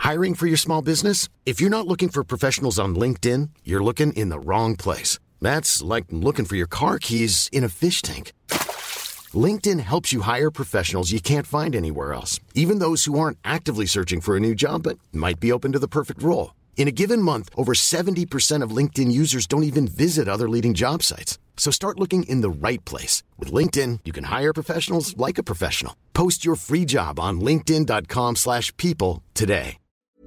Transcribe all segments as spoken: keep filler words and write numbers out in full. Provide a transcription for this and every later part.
Hiring for your small business? If you're not looking for professionals on LinkedIn, you're looking in the wrong place. That's like looking for your car keys in a fish tank. LinkedIn helps you hire professionals you can't find anywhere else, even those who aren't actively searching for a new job but might be open to the perfect role. In a given month, over seventy percent of LinkedIn users don't even visit other leading job sites. So start looking in the right place. With LinkedIn, you can hire professionals like a professional. Post your free job on linkedin.com slash people today.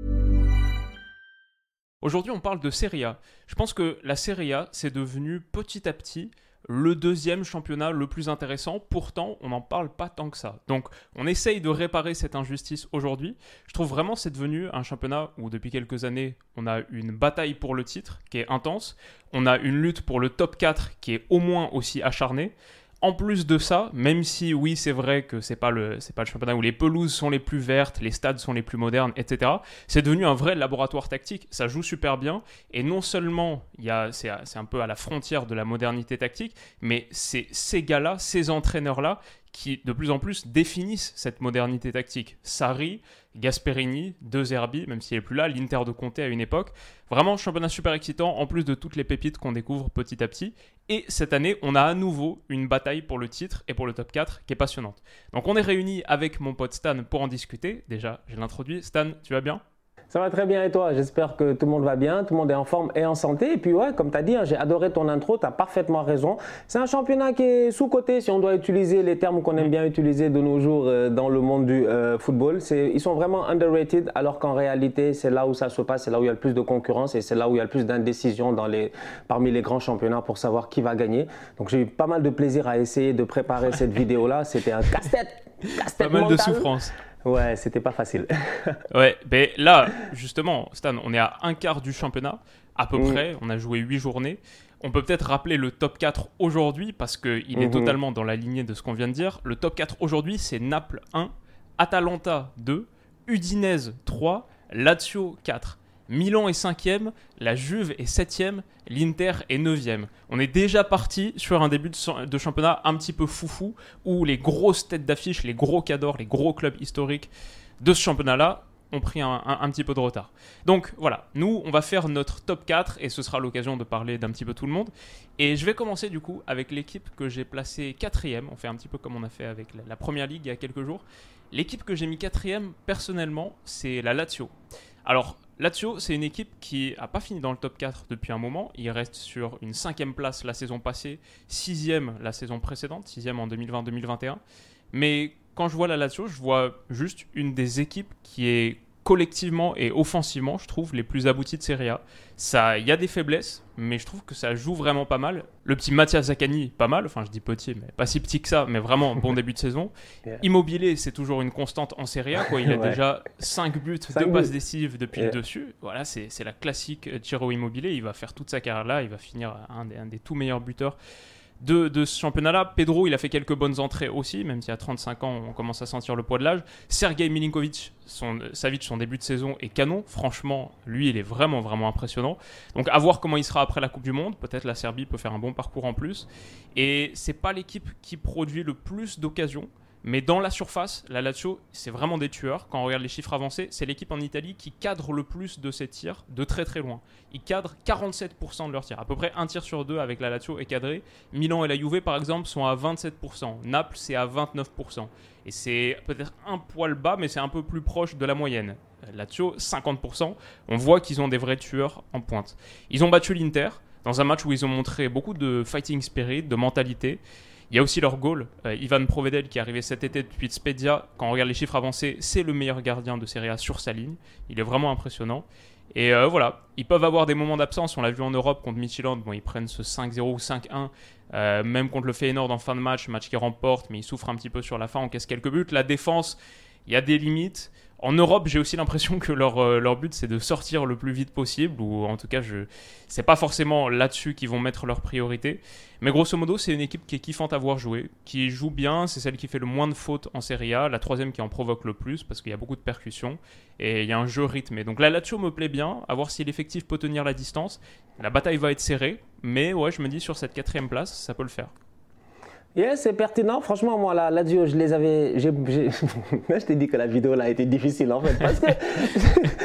Aujourd'hui, on parle de Serie A. Je pense que la Serie A, c'est devenu petit à petit le deuxième championnat le plus intéressant. Pourtant, on n'en parle pas tant que ça. Donc, on essaye de réparer cette injustice aujourd'hui. Je trouve vraiment que c'est devenu un championnat où, depuis quelques années, on a une bataille pour le titre qui est intense. On a une lutte pour le top quatre qui est au moins aussi acharnée. En plus de ça, même si oui, c'est vrai que c'est pas le c'est pas le championnat où les pelouses sont les plus vertes, les stades sont les plus modernes, et cetera. C'est devenu un vrai laboratoire tactique. Ça joue super bien et non seulement il y a c'est c'est un peu à la frontière de la modernité tactique, mais c'est ces gars-là, ces entraîneurs-là qui de plus en plus définissent cette modernité tactique. Sarri, Gasperini, De Zerbi, même s'il n'est plus là, l'Inter de Conte à une époque. Vraiment, championnat super excitant, en plus de toutes les pépites qu'on découvre petit à petit. Et cette année, on a à nouveau une bataille pour le titre et pour le top quatre qui est passionnante. Donc on est réunis avec mon pote Stan pour en discuter. Déjà, je l'introduis. Stan, tu vas bien ? Ça va très bien et toi? J'espère que tout le monde va bien, tout le monde est en forme et en santé. Et puis ouais, comme tu as dit, hein, j'ai adoré ton intro, tu as parfaitement raison. C'est un championnat qui est sous-coté si on doit utiliser les termes qu'on aime bien utiliser de nos jours euh, dans le monde du euh, football. C'est, ils sont vraiment underrated alors qu'en réalité, c'est là où ça se passe, c'est là où il y a le plus de concurrence et c'est là où il y a le plus d'indécision dans les, parmi les grands championnats pour savoir qui va gagner. Donc j'ai eu pas mal de plaisir à essayer de préparer cette vidéo-là. C'était un casse-tête, casse-tête Pas mal mental. de souffrance. Ouais, c'était pas facile. Ouais, mais là, justement, Stan, on est à un quart du championnat, à peu Mmh. près. On a joué huit journées. On peut peut-être rappeler le top quatre aujourd'hui, parce qu'il est Mmh. totalement dans la lignée de ce qu'on vient de dire. Le top quatre aujourd'hui, c'est Naples un, Atalanta deux, Udinese trois, Lazio quatre. Milan est cinquième, la Juve est septième, l'Inter est neuvième. On est déjà parti sur un début de, de championnat un petit peu foufou, où les grosses têtes d'affiche, les gros cadors, les gros clubs historiques de ce championnat-là ont pris un, un, un petit peu de retard. Donc voilà, nous, on va faire notre top quatre, et ce sera l'occasion de parler d'un petit peu tout le monde. Et je vais commencer du coup avec l'équipe que j'ai placée quatrième. On fait un petit peu comme on a fait avec la, la Première Ligue il y a quelques jours. L'équipe que j'ai mis quatrième, personnellement, c'est la Lazio. Alors, Lazio, c'est une équipe qui n'a pas fini dans le top quatre depuis un moment. Il reste sur une cinquième place la saison passée, sixième la saison précédente, sixième en deux mille vingt deux mille vingt et un. Mais quand je vois la Lazio, je vois juste une des équipes qui est collectivement et offensivement, je trouve, les plus abouties de Serie A. Ça, il y a des faiblesses, mais je trouve que ça joue vraiment pas mal. Le petit Mathias Zaccagni, pas mal. Enfin, je dis petit, mais pas si petit que ça, mais vraiment bon début de saison. Yeah. Immobile, c'est toujours une constante en Serie A, quoi. Il a Ouais. déjà cinq buts, Cinq deux passes buts. décisives depuis Yeah. le dessus. Voilà, c'est, c'est la classique Ciro Immobile. Il va faire toute sa carrière là. Il va finir un des, un des tout meilleurs buteurs De, de ce championnat-là. Pedro, il a fait quelques bonnes entrées aussi, même si à trente-cinq ans, on commence à sentir le poids de l'âge. Sergej Milinkovic, son, Savic, son début de saison est canon. Franchement, lui, il est vraiment, vraiment impressionnant. Donc, à voir comment il sera après la Coupe du Monde. Peut-être la Serbie peut faire un bon parcours en plus. Et c'est pas l'équipe qui produit le plus d'occasions. Mais dans la surface, la Lazio, c'est vraiment des tueurs. Quand on regarde les chiffres avancés, c'est l'équipe en Italie qui cadre le plus de ses tirs de très très loin. Ils cadrent quarante-sept pour cent de leurs tirs. À peu près un tir sur deux avec la Lazio est cadré. Milan et la Juve, par exemple, sont à vingt-sept pour cent. Naples, c'est à vingt-neuf pour cent. Et c'est peut-être un poil bas, mais c'est un peu plus proche de la moyenne. Lazio, cinquante pour cent. On voit qu'ils ont des vrais tueurs en pointe. Ils ont battu l'Inter dans un match où ils ont montré beaucoup de fighting spirit, de mentalité. Il y a aussi leur goal, euh, Ivan Provedel, qui est arrivé cet été depuis Spezia. Quand on regarde les chiffres avancés, c'est le meilleur gardien de Serie A sur sa ligne. Il est vraiment impressionnant. Et euh, voilà, ils peuvent avoir des moments d'absence. On l'a vu en Europe contre Midtjylland. Bon, ils prennent ce cinq zéro ou cinq un. Euh, même contre le Feyenoord en fin de match, match qu'ils remportent, mais ils souffrent un petit peu sur la fin, encaissent quelques buts. La défense, il y a des limites. En Europe, j'ai aussi l'impression que leur, euh, leur but, c'est de sortir le plus vite possible, ou en tout cas, je... c'est pas forcément là-dessus qu'ils vont mettre leur priorité. Mais grosso modo, c'est une équipe qui est kiffante à voir jouer, qui joue bien, c'est celle qui fait le moins de fautes en Serie A, la troisième qui en provoque le plus, parce qu'il y a beaucoup de percussions, et il y a un jeu rythmé. Donc la Lazio me plaît bien, à voir si l'effectif peut tenir la distance. La bataille va être serrée, mais ouais, je me dis sur cette quatrième place, ça peut le faire. Yes, c'est pertinent. Franchement, moi, la Lazio, je les avais. J'ai, j'ai... je t'ai dit que la vidéo là a été difficile en fait. Parce que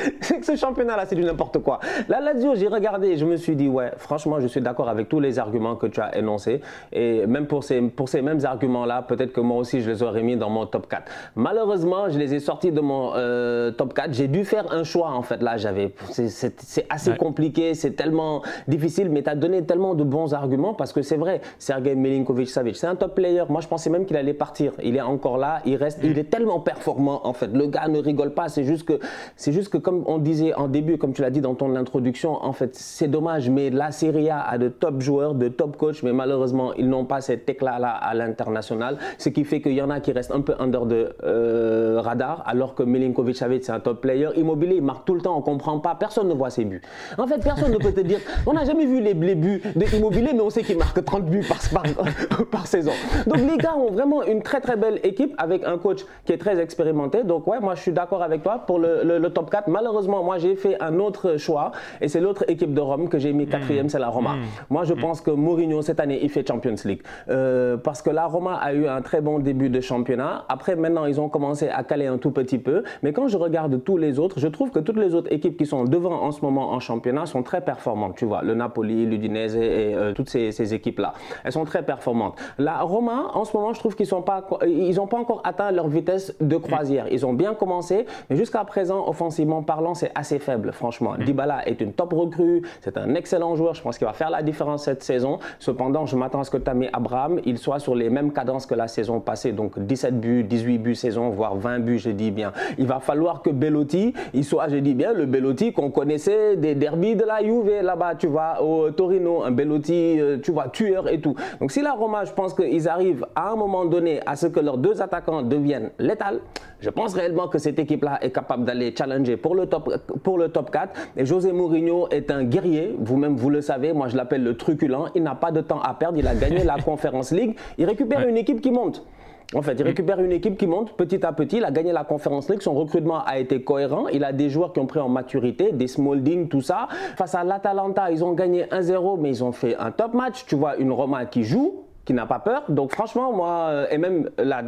avec ce championnat-là, c'est du n'importe quoi. La Lazio, j'ai regardé et je me suis dit, ouais, franchement, je suis d'accord avec tous les arguments que tu as énoncés. Et même pour ces, pour ces mêmes arguments-là, peut-être que moi aussi, je les aurais mis dans mon top quatre. Malheureusement, je les ai sortis de mon euh, top quatre. J'ai dû faire un choix, en fait. Là, j'avais, c'est, c'est, c'est assez ouais. compliqué, c'est tellement difficile, mais tu as donné tellement de bons arguments parce que c'est vrai, Sergej Milinkovic-Savic, c'est un top player. Moi, je pensais même qu'il allait partir. Il est encore là, il reste, mmh. il est tellement performant, en fait. Le gars ne rigole pas, c'est juste que, c'est juste que comme on disait en début, comme tu l'as dit dans ton introduction, en fait, c'est dommage, mais la Serie A a de top joueurs, de top coachs, mais malheureusement, ils n'ont pas cet éclat-là à l'international, ce qui fait qu'il y en a qui restent un peu under de euh, radar, alors que Milinkovic-Savic, c'est un top player. Immobilier, il marque tout le temps, on ne comprend pas, personne ne voit ses buts. En fait, personne ne peut te dire, on n'a jamais vu les, les buts d'Immobilier, mais on sait qu'il marque trente buts par, par, par saison. Donc les gars ont vraiment une très très belle équipe avec un coach qui est très expérimenté. Donc ouais, moi je suis d'accord avec toi pour le, le, le top quatre. Malheureusement, moi j'ai fait un autre choix et c'est l'autre équipe de Rome que j'ai mis quatrième, mmh. c'est la Roma. Mmh. Moi je mmh. pense que Mourinho cette année il fait Champions League euh, parce que la Roma a eu un très bon début de championnat. Après maintenant ils ont commencé à caler un tout petit peu, mais quand je regarde tous les autres, je trouve que toutes les autres équipes qui sont devant en ce moment en championnat sont très performantes. Tu vois, le Napoli, l'Udinese et euh, toutes ces, ces équipes là, elles sont très performantes. La Roma en ce moment je trouve qu'ils sont pas, ils n'ont pas encore atteint leur vitesse de croisière. Ils ont bien commencé, mais jusqu'à présent offensivement parlant c'est assez faible franchement. Mm. Dybala est une top recrue, c'est un excellent joueur, je pense qu'il va faire la différence cette saison. Cependant je m'attends à ce que Tammy Abraham il soit sur les mêmes cadences que la saison passée, donc dix-sept buts, dix-huit buts saison, voire vingt buts je dis bien. Il va falloir que Belotti, il soit, je dis bien, le Belotti qu'on connaissait des derbies de la Juve là-bas, tu vois, au Torino, un Belotti, tu vois, tueur et tout. Donc si la Roma, je pense qu'ils arrivent à un moment donné à ce que leurs deux attaquants deviennent létals, je pense réellement que cette équipe-là est capable d'aller challenger pour le top, pour le top quatre. Et José Mourinho est un guerrier, vous-même vous le savez, moi je l'appelle le truculent, il n'a pas de temps à perdre, il a gagné la Conference League, il récupère ouais. une équipe qui monte. En fait, il récupère une équipe qui monte petit à petit. Il a gagné la Conference League. Son recrutement a été cohérent. Il a des joueurs qui ont pris en maturité, des Smalling, tout ça. Face à l'Atalanta, ils ont gagné un zéro, mais ils ont fait un top match. Tu vois, une Roma qui joue, qui n'a pas peur. Donc franchement, moi, et même là,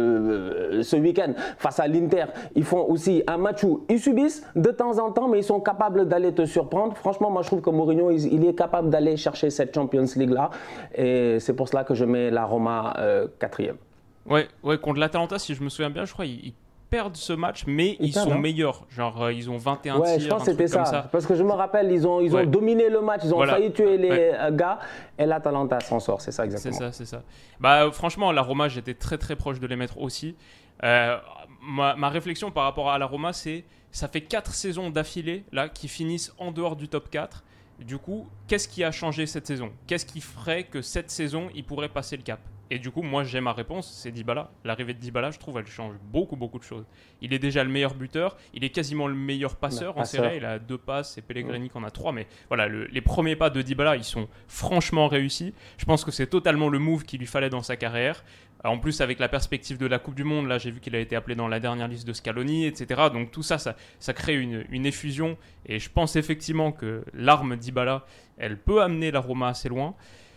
de, ce week-end, face à l'Inter, ils font aussi un match où ils subissent de temps en temps, mais ils sont capables d'aller te surprendre. Franchement, moi, je trouve que Mourinho, il, il est capable d'aller chercher cette Champions League-là. Et c'est pour cela que je mets la Roma euh, quatrième. Ouais, ouais, contre l'Atalanta, si je me souviens bien, je crois ils, ils perdent ce match, mais ils, ils sont hein. meilleurs. Genre, euh, ils ont vingt et un ouais, tirs, je pense un que c'était truc ça. comme ça. Parce que je me rappelle, ils ont, ils ouais. ont dominé le match, ils ont voilà. failli tuer les ouais. gars, et l'Atalanta s'en sort, c'est ça exactement. C'est ça, c'est ça. Bah, franchement, la Roma, j'étais très très proche de les mettre aussi. Euh, ma, ma réflexion par rapport à la Roma, c'est ça fait quatre saisons d'affilée là qui finissent en dehors du top quatre. Du coup, qu'est-ce qui a changé cette saison ? Qu'est-ce qui ferait que cette saison, ils pourraient passer le cap ? Et du coup, moi, j'ai ma réponse, c'est Dybala. L'arrivée de Dybala, je trouve, elle change beaucoup, beaucoup de choses. Il est déjà le meilleur buteur, il est quasiment le meilleur passeur le en passeur. Série. Il a deux passes, et Pellegrini qui en a trois. Mais voilà, le, les premiers pas de Dybala, ils sont franchement réussis. Je pense que c'est totalement le move qu'il lui fallait dans sa carrière. En plus, avec la perspective de la Coupe du Monde, là, j'ai vu qu'il a été appelé dans la dernière liste de Scaloni, et cetera. Donc tout ça, ça, ça crée une, une effusion. Et je pense effectivement que l'arme Dybala, elle peut amener la Roma assez loin.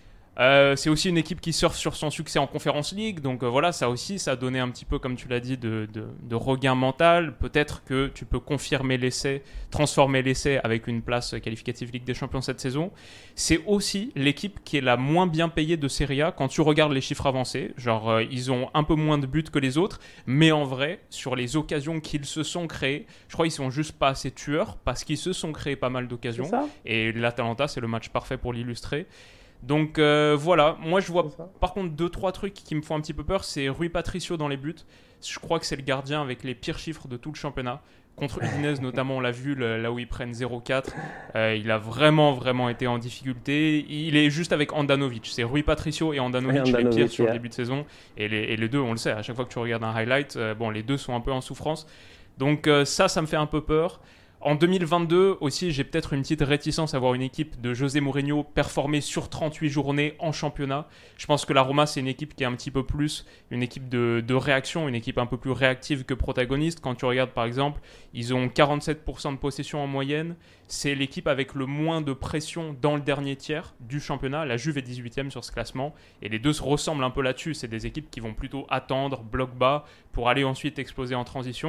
Euh, c'est aussi une équipe qui surfe sur son succès en Conference League, donc euh, voilà, ça aussi, ça a donné un petit peu, comme tu l'as dit, de, de, de regain mental. Peut-être que tu peux confirmer l'essai, transformer l'essai avec une place qualificative Ligue des Champions cette saison. C'est aussi l'équipe qui est la moins bien payée de Serie A quand tu regardes les chiffres avancés. Genre, euh, ils ont un peu moins de buts que les autres, mais en vrai, sur les occasions qu'ils se sont créées, je crois qu'ils sont juste pas assez tueurs parce qu'ils se sont créés pas mal d'occasions. Et l'Atalanta, c'est le match parfait pour l'illustrer. Donc euh, voilà, moi je vois par contre deux trois trucs qui me font un petit peu peur. C'est Rui Patricio dans les buts. Je crois que c'est le gardien avec les pires chiffres de tout le championnat. Contre Udinese notamment, on l'a vu le, là où ils prennent zéro quatre. Euh, il a vraiment vraiment été en difficulté. Il est juste avec Handanovic. C'est Rui Patricio et Handanovic, et Handanovic les pires sur yeah. le début de saison. Et les, et les deux, on le sait, à chaque fois que tu regardes un highlight, euh, bon, les deux sont un peu en souffrance. Donc euh, ça, ça me fait un peu peur. En deux mille vingt-deux aussi, j'ai peut-être une petite réticence à voir une équipe de José Mourinho performer sur trente-huit journées en championnat. Je pense que la Roma, c'est une équipe qui est un petit peu plus une équipe de, de réaction, une équipe un peu plus réactive que protagoniste. Quand tu regardes par exemple, ils ont quarante-sept pour cent de possession en moyenne. C'est l'équipe avec le moins de pression dans le dernier tiers du championnat. La Juve est dix-huitième sur ce classement. Et les deux se ressemblent un peu là-dessus. C'est des équipes qui vont plutôt attendre, bloc bas, pour aller ensuite exploser en transition.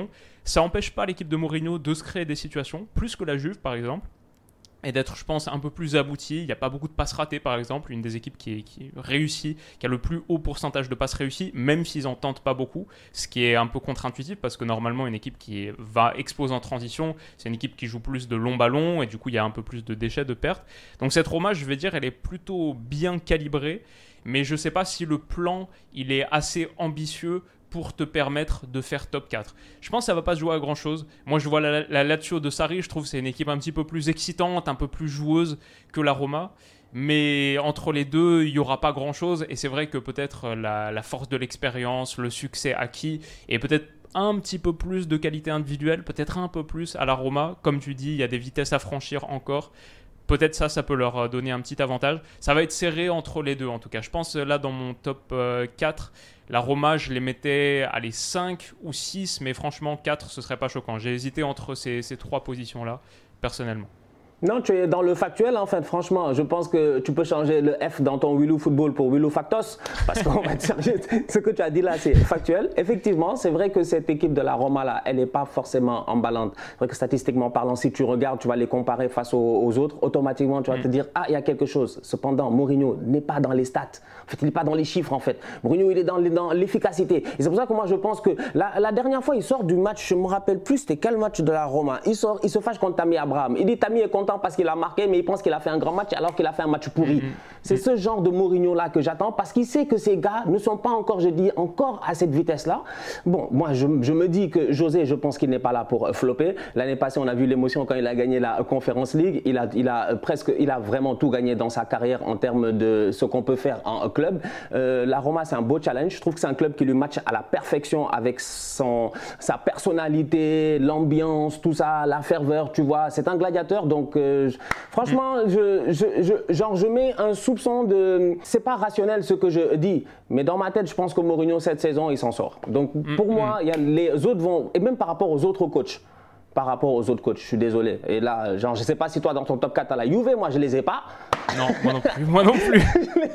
Ça n'empêche pas l'équipe de Mourinho de se créer des situations, plus que la Juve par exemple, et d'être, je pense, un peu plus abouti. Il n'y a pas beaucoup de passes ratées, par exemple. Une des équipes qui, est, qui réussit, qui a le plus haut pourcentage de passes réussies, même s'ils n'en tentent pas beaucoup, ce qui est un peu contre-intuitif, parce que normalement, une équipe qui va exploser en transition, c'est une équipe qui joue plus de longs ballons, et du coup, il y a un peu plus de déchets, de pertes. Donc cette Roma, je vais dire, elle est plutôt bien calibrée, mais je ne sais pas si le plan, il est assez ambitieux pour te permettre de faire top quatre. Je pense que ça ne va pas se jouer à grand-chose. Moi, je vois la, la Lazio de Sarri, je trouve que c'est une équipe un petit peu plus excitante, un peu plus joueuse que la Roma. Mais entre les deux, il n'y aura pas grand-chose. Et c'est vrai que peut-être la, la force de l'expérience, le succès acquis, et peut-être un petit peu plus de qualité individuelle, peut-être un peu plus à la Roma. Comme tu dis, il y a des vitesses à franchir encore. Peut-être ça, ça peut leur donner un petit avantage. Ça va être serré entre les deux, en tout cas. Je pense, là, dans mon top quatre, la Roma, je les mettais à les cinq ou six, mais franchement, quatre, ce serait pas choquant. J'ai hésité entre ces, ces trois positions-là, personnellement. Non, tu es dans le factuel, en fait, franchement. Je pense que tu peux changer le F dans ton Wilou Football pour Wilou Factos, parce qu'on va te sérieux. Ce que tu as dit là, c'est factuel. Effectivement, c'est vrai que cette équipe de la Roma, là, elle n'est pas forcément emballante. C'est vrai que statistiquement parlant, si tu regardes, tu vas les comparer face aux, aux autres, automatiquement, tu vas mm. te dire, ah, il y a quelque chose. Cependant, Mourinho n'est pas dans les stats. En fait, il n'est pas dans les chiffres, en fait. Mourinho, il est dans, dans l'efficacité. Et c'est pour ça que moi, je pense que la, la dernière fois, il sort du match, je ne me rappelle plus, c'était quel match de la Roma. Il sort, il se fâche contre Tammy Abraham. Il dit, Tammy est content parce qu'il a marqué, mais il pense qu'il a fait un grand match alors qu'il a fait un match pourri. Mm-hmm. C'est mm-hmm. ce genre de Mourinho-là que j'attends, parce qu'il sait que ces gars ne sont pas encore, je dis, encore à cette vitesse-là. Bon, moi, je, je me dis que José, je pense qu'il n'est pas là pour flopper. L'année passée, on a vu l'émotion quand il a gagné la Conference League. Il a, il a presque, il a vraiment tout gagné dans sa carrière en termes de ce qu'on peut faire en club. Euh, la Roma, c'est un beau challenge. Je trouve que c'est un club qui lui match à la perfection avec son, sa personnalité, l'ambiance, tout ça, la ferveur, tu vois. C'est un gladiateur, donc euh, franchement, je, je, je, genre, je mets un soupçon de... C'est pas rationnel ce que je dis, mais dans ma tête, je pense que Mourinho, cette saison, il s'en sort. Donc, pour mmh, moi, mmh. y a les autres vont... Et même par rapport aux autres coachs, par rapport aux autres coachs, je suis désolé. Et là, genre, je sais pas si toi, dans ton top quatre, tu as la Juve, moi, je les ai pas. Non, moi non plus. Moi non plus.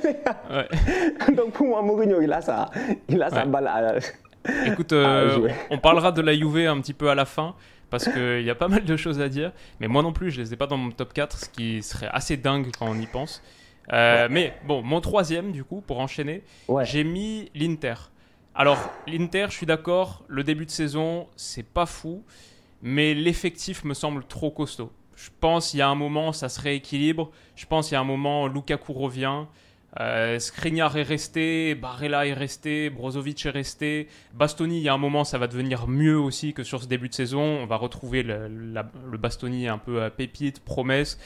Ouais. Donc, pour moi, Mourinho, il a ça. Il a ouais. sa balle à... Écoute, euh, on parlera de la Juve un petit peu à la fin, parce qu'il y a pas mal de choses à dire, mais moi non plus je les ai pas dans mon top quatre, ce qui serait assez dingue quand on y pense. Euh, ouais. Mais bon, mon troisième du coup, pour enchaîner, ouais. j'ai mis l'Inter. Alors l'Inter, je suis d'accord, le début de saison c'est pas fou, mais l'effectif me semble trop costaud. Je pense qu'il y a un moment ça se rééquilibre, je pense qu'il y a un moment Lukaku revient, Euh, Skriniar est resté, Barella est resté, Brozovic est resté, Bastoni, il y a un moment ça va devenir mieux aussi que sur ce début de saison, on va retrouver le, la, le Bastoni un peu à pépite, promesse,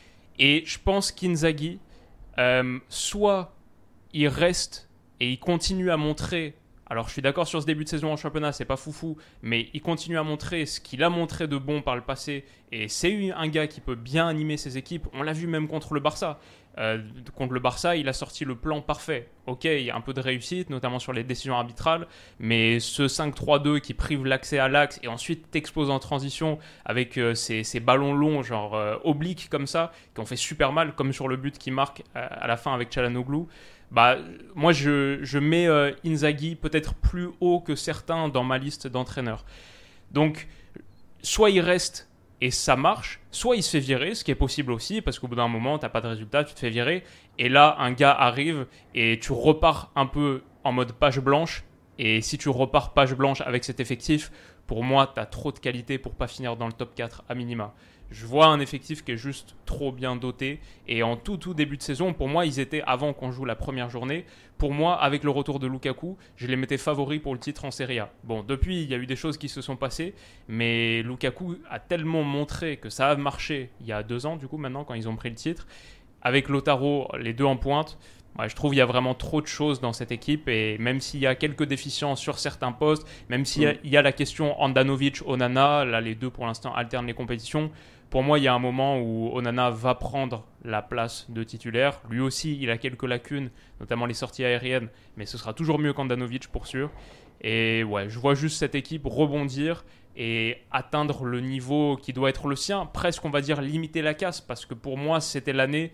et je pense qu'Inzaghi euh, soit il reste et il continue à montrer, alors je suis d'accord sur ce début de saison en championnat, c'est pas foufou, mais il continue à montrer ce qu'il a montré de bon par le passé, et c'est un gars qui peut bien animer ses équipes, on l'a vu même contre le Barça. Euh, contre le Barça, il a sorti le plan parfait. Ok, il y a un peu de réussite, notamment sur les décisions arbitrales, mais ce cinq trois deux qui prive l'accès à l'axe et ensuite t'expose en transition avec euh, ces, ces ballons longs, genre euh, obliques comme ça, qui ont fait super mal, comme sur le but qui marque euh, à la fin avec Çalhanoğlu. Bah, moi, je, je mets euh, Inzaghi peut-être plus haut que certains dans ma liste d'entraîneurs. Donc, soit il reste et ça marche, soit il se fait virer, ce qui est possible aussi, parce qu'au bout d'un moment, tu n'as pas de résultat, tu te fais virer, et là, un gars arrive, et tu repars un peu en mode page blanche, et si tu repars page blanche avec cet effectif, pour moi, tu as trop de qualité pour pas finir dans le top quatre à minima. Je vois un effectif qui est juste trop bien doté, et en tout, tout début de saison, pour moi, ils étaient, avant qu'on joue la première journée, pour moi, avec le retour de Lukaku, je les mettais favoris pour le titre en Serie A. Bon, depuis, il y a eu des choses qui se sont passées, mais Lukaku a tellement montré que ça a marché il y a deux ans, du coup, maintenant, quand ils ont pris le titre. Avec Lautaro, les deux en pointe, ouais, je trouve qu'il y a vraiment trop de choses dans cette équipe, et même s'il y a quelques déficiences sur certains postes, même s'il y a, il y a la question Handanovic-Onana, là, les deux, pour l'instant, alternent les compétitions. Pour moi, il y a un moment où Onana va prendre la place de titulaire. Lui aussi, il a quelques lacunes, notamment les sorties aériennes, mais ce sera toujours mieux qu'Handanovic pour sûr. Et ouais, je vois juste cette équipe rebondir et atteindre le niveau qui doit être le sien, presque on va dire limiter la casse, parce que pour moi, c'était l'année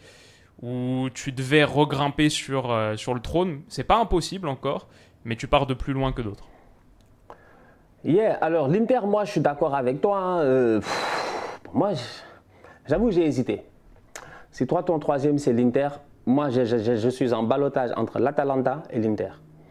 où tu devais regrimper sur, euh, sur le trône. C'est pas impossible encore, mais tu pars de plus loin que d'autres. Yeah, alors l'Inter, moi je suis d'accord avec toi. Hein. Euh, pff, moi, j'avoue, j'ai hésité. Si toi, ton troisième, c'est l'Inter, moi je, je, je suis en ballottage entre l'Atalanta et l'Inter.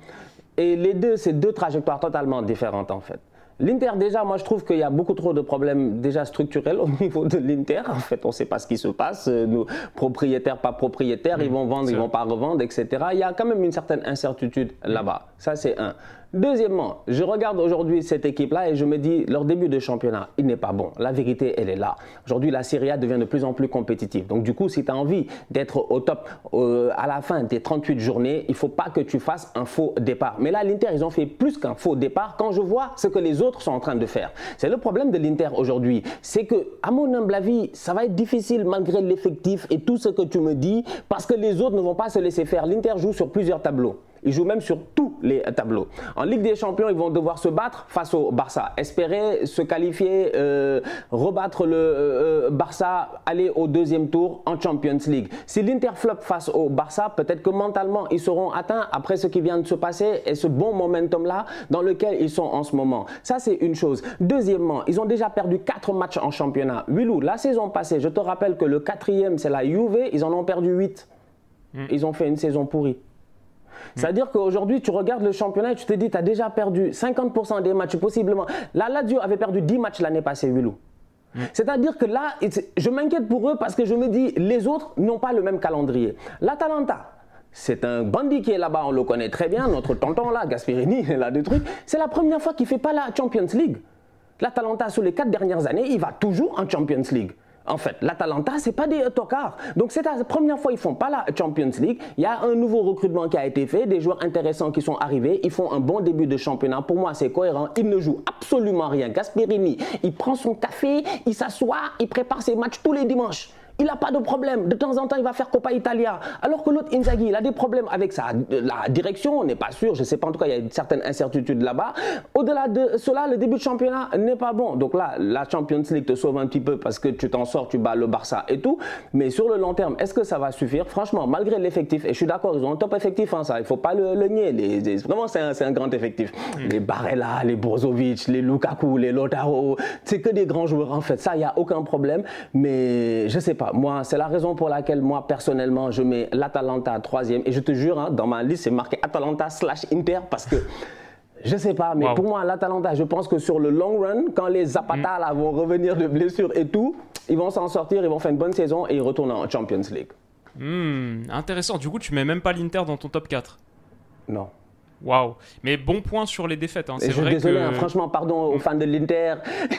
Et les deux, c'est deux trajectoires totalement différentes en fait. L'Inter, déjà, moi je trouve qu'il y a beaucoup trop de problèmes déjà structurels au niveau de l'Inter. En fait, on ne sait pas ce qui se passe. Nous, propriétaires, pas propriétaires, mmh, ils vont vendre, ils ne vont pas revendre, et cetera. Il y a quand même une certaine incertitude là-bas. Ça, c'est un. Deuxièmement, je regarde aujourd'hui cette équipe-là et je me dis, leur début de championnat, il n'est pas bon. La vérité, elle est là. Aujourd'hui, la Serie A devient de plus en plus compétitive. Donc du coup, si tu as envie d'être au top euh, à la fin des trente-huit journées, il ne faut pas que tu fasses un faux départ. Mais là, l'Inter, ils ont fait plus qu'un faux départ quand je vois ce que les autres sont en train de faire. C'est le problème de l'Inter aujourd'hui. C'est que, à mon humble avis, ça va être difficile malgré l'effectif et tout ce que tu me dis parce que les autres ne vont pas se laisser faire. L'Inter joue sur plusieurs tableaux. Ils jouent même sur tous les tableaux. En Ligue des Champions, ils vont devoir se battre face au Barça. Espérer se qualifier, euh, rebattre le euh, Barça, aller au deuxième tour en Champions League. Si l'Inter flop face au Barça, peut-être que mentalement, ils seront atteints après ce qui vient de se passer et ce bon momentum-là dans lequel ils sont en ce moment. Ça, c'est une chose. Deuxièmement, ils ont déjà perdu quatre matchs en championnat. Willou, la saison passée, je te rappelle que le quatrième, c'est la Juve. Ils en ont perdu huit. Mm. Ils ont fait une saison pourrie. C'est-à-dire qu'aujourd'hui, tu regardes le championnat et tu te dis, tu as déjà perdu cinquante pour cent des matchs, possiblement. La Lazio avait perdu dix matchs l'année passée, Willou. Mm. C'est-à-dire que là, je m'inquiète pour eux parce que je me dis, les autres n'ont pas le même calendrier. L'Atalanta, c'est un bandit qui est là-bas, on le connaît très bien, notre tonton là, Gasperini, il a des trucs. C'est la première fois qu'il ne fait pas la Champions League. L'Atalanta, sur les quatre dernières années, il va toujours en Champions League. En fait, l'Atalanta, ce n'est pas des tocards. Donc, c'est la première fois qu'ils ne font pas la Champions League. Il y a un nouveau recrutement qui a été fait, des joueurs intéressants qui sont arrivés. Ils font un bon début de championnat. Pour moi, c'est cohérent. Ils ne jouent absolument rien. Gasperini, il prend son café, il s'assoit, il prépare ses matchs tous les dimanches. Il n'a pas de problème. De temps en temps, il va faire Coppa Italia. Alors que l'autre, Inzaghi, il a des problèmes avec sa, la direction. On n'est pas sûr. Je ne sais pas. En tout cas, il y a une certaine incertitude là-bas. Au-delà de cela, le début de championnat n'est pas bon. Donc là, la Champions League te sauve un petit peu parce que tu t'en sors, tu bats le Barça et tout. Mais sur le long terme, est-ce que ça va suffire? Franchement, malgré l'effectif, et je suis d'accord, ils ont un top effectif, hein, ça. Il ne faut pas le, le nier. Les, les, vraiment, c'est un, c'est un grand effectif. Mmh. Les Barella, les Brozovic, les Lukaku, les Lautaro, c'est que des grands joueurs en fait. Ça, il n'y a aucun problème. Mais je ne sais pas. Moi, c'est la raison pour laquelle moi, personnellement, je mets l'Atalanta troisième. Et je te jure, hein, dans ma liste, c'est marqué Atalanta slash Inter parce que je ne sais pas, mais wow. Pour moi, l'Atalanta, je pense que sur le long run, quand les Zapata mm. là, vont revenir de blessures et tout, ils vont s'en sortir, ils vont faire une bonne saison et ils retournent en Champions League. Mm, intéressant. Du coup, tu mets même pas l'Inter dans ton top quatre? Non. Waouh, mais bon point sur les défaites. Hein. C'est je vrai suis désolé, que... hein, franchement, pardon aux fans de l'Inter.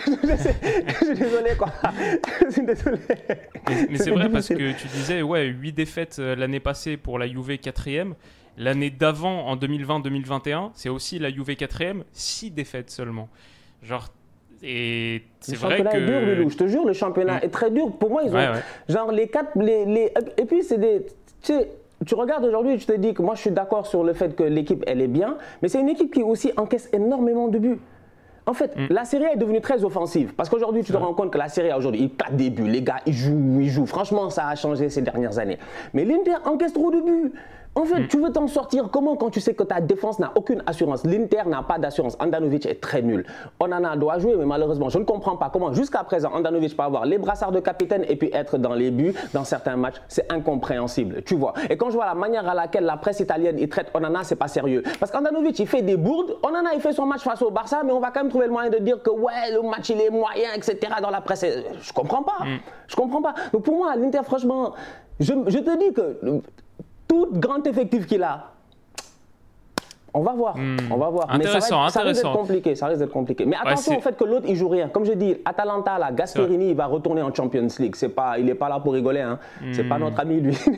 Je suis désolé, quoi. Je suis désolé. Mais, mais c'est vrai parce que tu disais, ouais, huit défaites l'année passée pour la Juve quatrième. L'année d'avant, en deux mille vingt deux mille vingt et un, c'est aussi la Juve quatrième, six défaites seulement. Genre, et c'est le vrai championnat que... est dur, Lilou, je te jure, le championnat mmh. est très dur. Pour moi, ils ont, ouais, ouais. genre, les quatre... Les, les... Et puis, c'est des... Tu sais, tu regardes aujourd'hui et tu te dis que moi je suis d'accord sur le fait que l'équipe elle est bien, mais c'est une équipe qui aussi encaisse énormément de buts. En fait, mm. la Serie A est devenue très offensive parce qu'aujourd'hui tu te ouais. rends compte que la Serie A aujourd'hui, ils claquent des buts, les gars ils jouent, ils jouent. Franchement, ça a changé ces dernières années. Mais l'Inter encaisse trop de buts. En fait, mm. tu veux t'en sortir comment quand tu sais que ta défense n'a aucune assurance? L'Inter n'a pas d'assurance. Andanovic est très nul. Onana doit jouer, mais malheureusement, je ne comprends pas comment jusqu'à présent Andanovic peut avoir les brassards de capitaine et puis être dans les buts dans certains matchs. C'est incompréhensible, tu vois. Et quand je vois la manière à laquelle la presse italienne il traite Onana, c'est pas sérieux. Parce qu'Andanovic il fait des bourdes. Onana il fait son match face au Barça, mais on va quand même trouver le moyen de dire que ouais, le match il est moyen, et cetera. Dans la presse, je comprends pas. Mm. Je comprends pas. Donc pour moi, l'Inter, franchement, je, je te dis que tout grand effectif qu'il a, on va voir, mmh. on va voir. Intéressant, mais ça, va être, ça risque d'être compliqué, ça risque d'être compliqué. Mais attention ouais, au fait que l'autre il joue rien. Comme je dis, Atalanta, là, Gasperini, il va retourner en Champions League. C'est pas, il est pas là pour rigoler, hein. Mmh. C'est pas notre ami lui.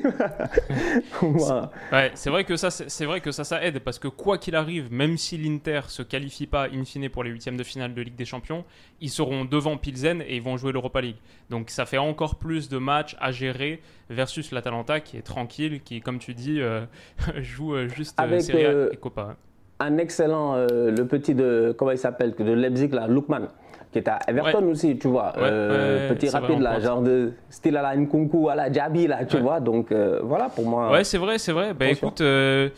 c'est, ouais, c'est vrai que ça, c'est, c'est vrai que ça, ça aide parce que quoi qu'il arrive, même si l'Inter se qualifie pas in fine pour les huitièmes de finale de Ligue des Champions, ils seront devant Pilsen et ils vont jouer l'Europa League. Donc ça fait encore plus de matchs à gérer versus l'Atalanta qui est tranquille, qui, comme tu dis, euh, joue juste Avec, Serie A euh, et Copa. Un excellent, euh, le petit de, comment il s'appelle, de Leipzig, là, Lookman, qui est à Everton ouais. aussi, tu vois. Ouais, euh, ouais, petit rapide, là, genre de style à la Nkunku, à la Diaby, là, tu ouais. vois. Donc, euh, voilà, pour moi. Ouais, c'est vrai, c'est vrai. Bah, écoute, euh,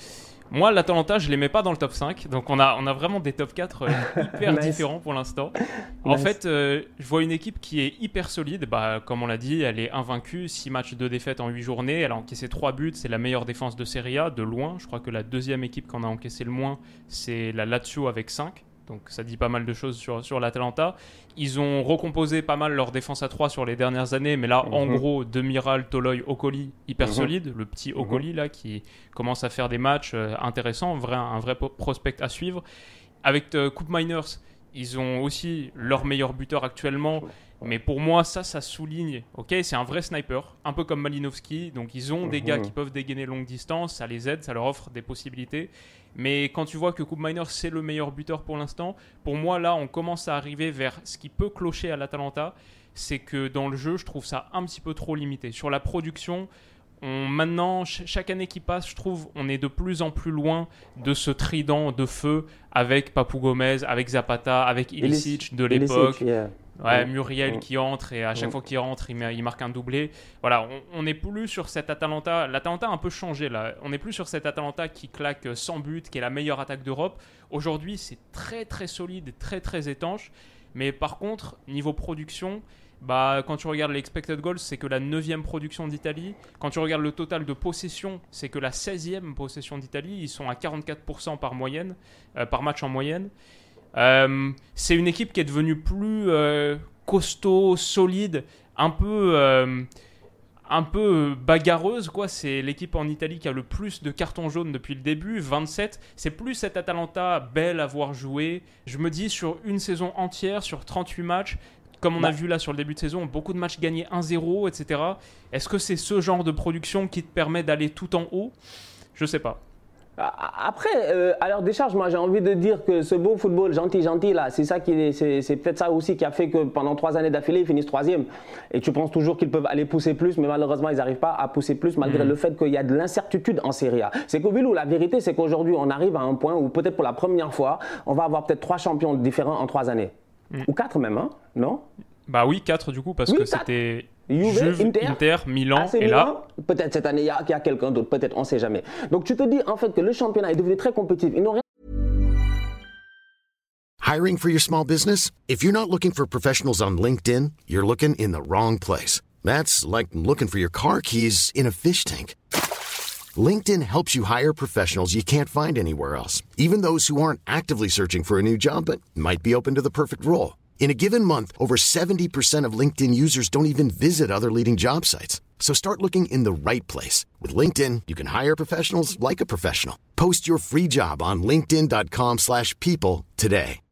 Moi, l'Atalanta, je ne les mets pas dans le top cinq. Donc, on a, on a vraiment des top quatre euh, hyper Nice. différents pour l'instant. En Nice. fait, euh, je vois une équipe qui est hyper solide. Bah, comme on l'a dit, elle est invaincue. six matchs, deux défaites en huit journées. Elle a encaissé trois buts. C'est la meilleure défense de Serie A, de loin. Je crois que la deuxième équipe qu'on a encaissé le moins, c'est la Lazio avec cinq. Donc ça dit pas mal de choses sur, sur l'Atalanta. Ils ont recomposé pas mal leur défense à trois sur les dernières années, mais là, mm-hmm. en gros, Demiral, Toloi, Okoli, hyper mm-hmm. solide. Le petit Okoli, mm-hmm. là, qui commence à faire des matchs euh, intéressants, vrai, un vrai prospect à suivre. Avec euh, Coupe Miners, ils ont aussi leur meilleur buteur actuellement. Mais pour moi, ça, ça souligne, ok, c'est un vrai sniper, un peu comme Malinowski. Donc, ils ont des gars qui peuvent dégainer longue distance, ça les aide, ça leur offre des possibilités. Mais quand tu vois que Coupe Miners, c'est le meilleur buteur pour l'instant, pour moi, là, on commence à arriver vers ce qui peut clocher à l'Atalanta. C'est que dans le jeu, je trouve ça un petit peu trop limité. Sur la production, on, maintenant, ch- chaque année qui passe, je trouve, on est de plus en plus loin de ce trident de feu avec Papou Gomez, avec Zapata, avec Ilicic de l'époque. Ilicic, yeah. Ouais, mmh. Muriel mmh. qui entre et à chaque mmh. fois qu'il rentre, il, met, il marque un doublé. Voilà, on n'est plus sur cette Atalanta. L'Atalanta a un peu changé là. On n'est plus sur cette Atalanta qui claque cent buts, qui est la meilleure attaque d'Europe. Aujourd'hui, c'est très très solide et très très étanche. Mais par contre, niveau production, bah, quand tu regardes les expected goals, c'est que la neuvième production d'Italie. Quand tu regardes le total de possession, c'est que la seizième possession d'Italie. Ils sont à quarante-quatre pour cent par, moyenne, euh, par match en moyenne. Euh, c'est une équipe qui est devenue plus euh, costaud, solide, un peu, euh, un peu bagarreuse, quoi. C'est l'équipe en Italie qui a le plus de cartons jaunes depuis le début, vingt-sept. C'est plus cette Atalanta belle à voir jouer. Je me dis, sur une saison entière, sur trente-huit matchs, comme on bah. a vu là sur le début de saison, beaucoup de matchs gagnés un zéro, et cetera. Est-ce que c'est ce genre de production qui te permet d'aller tout en haut ? Je sais pas. Après, euh, à leur décharge, moi j'ai envie de dire que ce beau football gentil, gentil là, c'est ça qui est, c'est, c'est peut-être ça aussi qui a fait que pendant trois années d'affilée, ils finissent troisième. Et tu penses toujours qu'ils peuvent aller pousser plus, mais malheureusement, ils n'arrivent pas à pousser plus malgré mmh. le fait qu'il y a de l'incertitude en Serie A. C'est qu'au Bilou, la vérité, c'est qu'aujourd'hui, on arrive à un point où peut-être pour la première fois, on va avoir peut-être trois champions différents en trois années. Mmh. Ou quatre même, hein, non ? Bah oui, quatre du coup, parce oui, que quatre. C'était Juve, Juve, Inter, Inter, Milan, et Milan, là... Peut-être cette année, il y a, y a quelqu'un d'autre, peut-être, on ne sait jamais. Donc tu te dis en fait que le championnat est devenu très compétitif. Ils n'ont rien... Hiring for your small business? If you're not looking for professionals on LinkedIn, you're looking in the wrong place. That's like looking for your car keys in a fish tank. LinkedIn helps you hire professionals you can't find anywhere else, even those who aren't actively searching for a new job but might be open to the perfect role. In a given month, over seventy percent of LinkedIn users don't even visit other leading job sites. So start looking in the right place. With LinkedIn, you can hire professionals like a professional. Post your free job on linkedin dot com slash people today.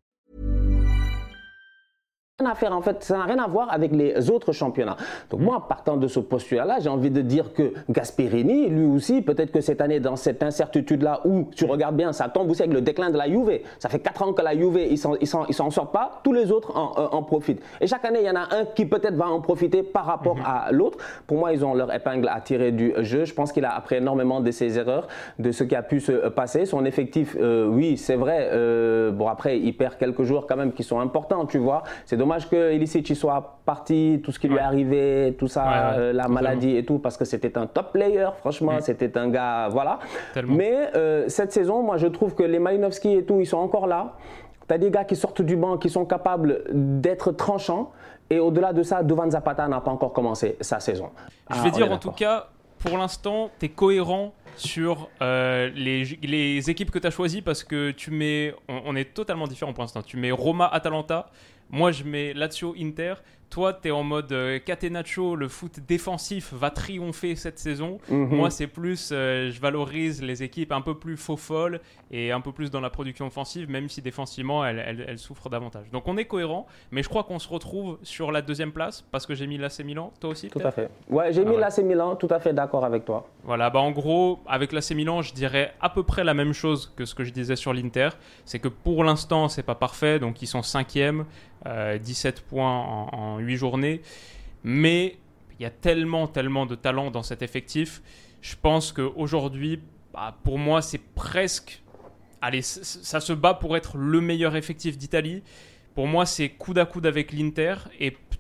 À faire en fait, ça n'a rien à voir avec les autres championnats. Donc moi, partant de ce postulat-là, j'ai envie de dire que Gasperini, lui aussi, peut-être que cette année, dans cette incertitude-là, où tu regardes bien, ça tombe aussi avec le déclin de la Juve. Ça fait quatre ans que la Juve, ils s'en, ils s'en, ils s'en sortent pas, tous les autres en, en, en profitent. Et chaque année, il y en a un qui peut-être va en profiter par rapport mm-hmm. à l'autre. Pour moi, ils ont leur épingle à tirer du jeu. Je pense qu'il a appris énormément de ses erreurs, de ce qui a pu se passer. Son effectif, euh, oui, c'est vrai. Euh, bon, après, il perd quelques joueurs quand même qui sont importants, tu vois. C'est dommage que Ilicic soit parti, tout ce qui lui ouais. est arrivé, tout ça, ouais, ouais, euh, la maladie et tout, parce que c'était un top player, franchement, mmh. c'était un gars, voilà. Tellement. Mais euh, cette saison, moi, je trouve que les Malinowski et tout, ils sont encore là. Tu as des gars qui sortent du banc, qui sont capables d'être tranchants. Et au-delà de ça, Duvan Zapata n'a pas encore commencé sa saison. Je vais ah, dire en tout cas, pour l'instant, tu es cohérent sur euh, les, les équipes que tu as choisies parce que tu mets, on, on est totalement différents pour l'instant. Tu mets Roma-Atalanta. Moi, je mets Lazio-Inter. Toi, tu es en mode euh, Catenaccio, le foot défensif va triompher cette saison. Mm-hmm. Moi, c'est plus, euh, je valorise les équipes un peu plus faux-folles et un peu plus dans la production offensive, même si défensivement, elles, elles, elles souffrent davantage. Donc, on est cohérent, mais je crois qu'on se retrouve sur la deuxième place parce que j'ai mis l'A C Milan. Toi aussi, tout peut-être ? à fait. Ouais, j'ai ah mis ouais. l'A C Milan, tout à fait d'accord avec toi. Voilà, bah en gros, avec l'A C Milan, je dirais à peu près la même chose que ce que je disais sur l'Inter. C'est que pour l'instant, c'est pas parfait, donc ils sont cinquième. Euh, dix-sept points en, en huit journées, mais il y a tellement, tellement de talent dans cet effectif. Je pense qu'aujourd'hui, bah, pour moi, c'est presque... Allez, c- ça se bat pour être le meilleur effectif d'Italie. Pour moi, c'est coude à coude avec l'Inter et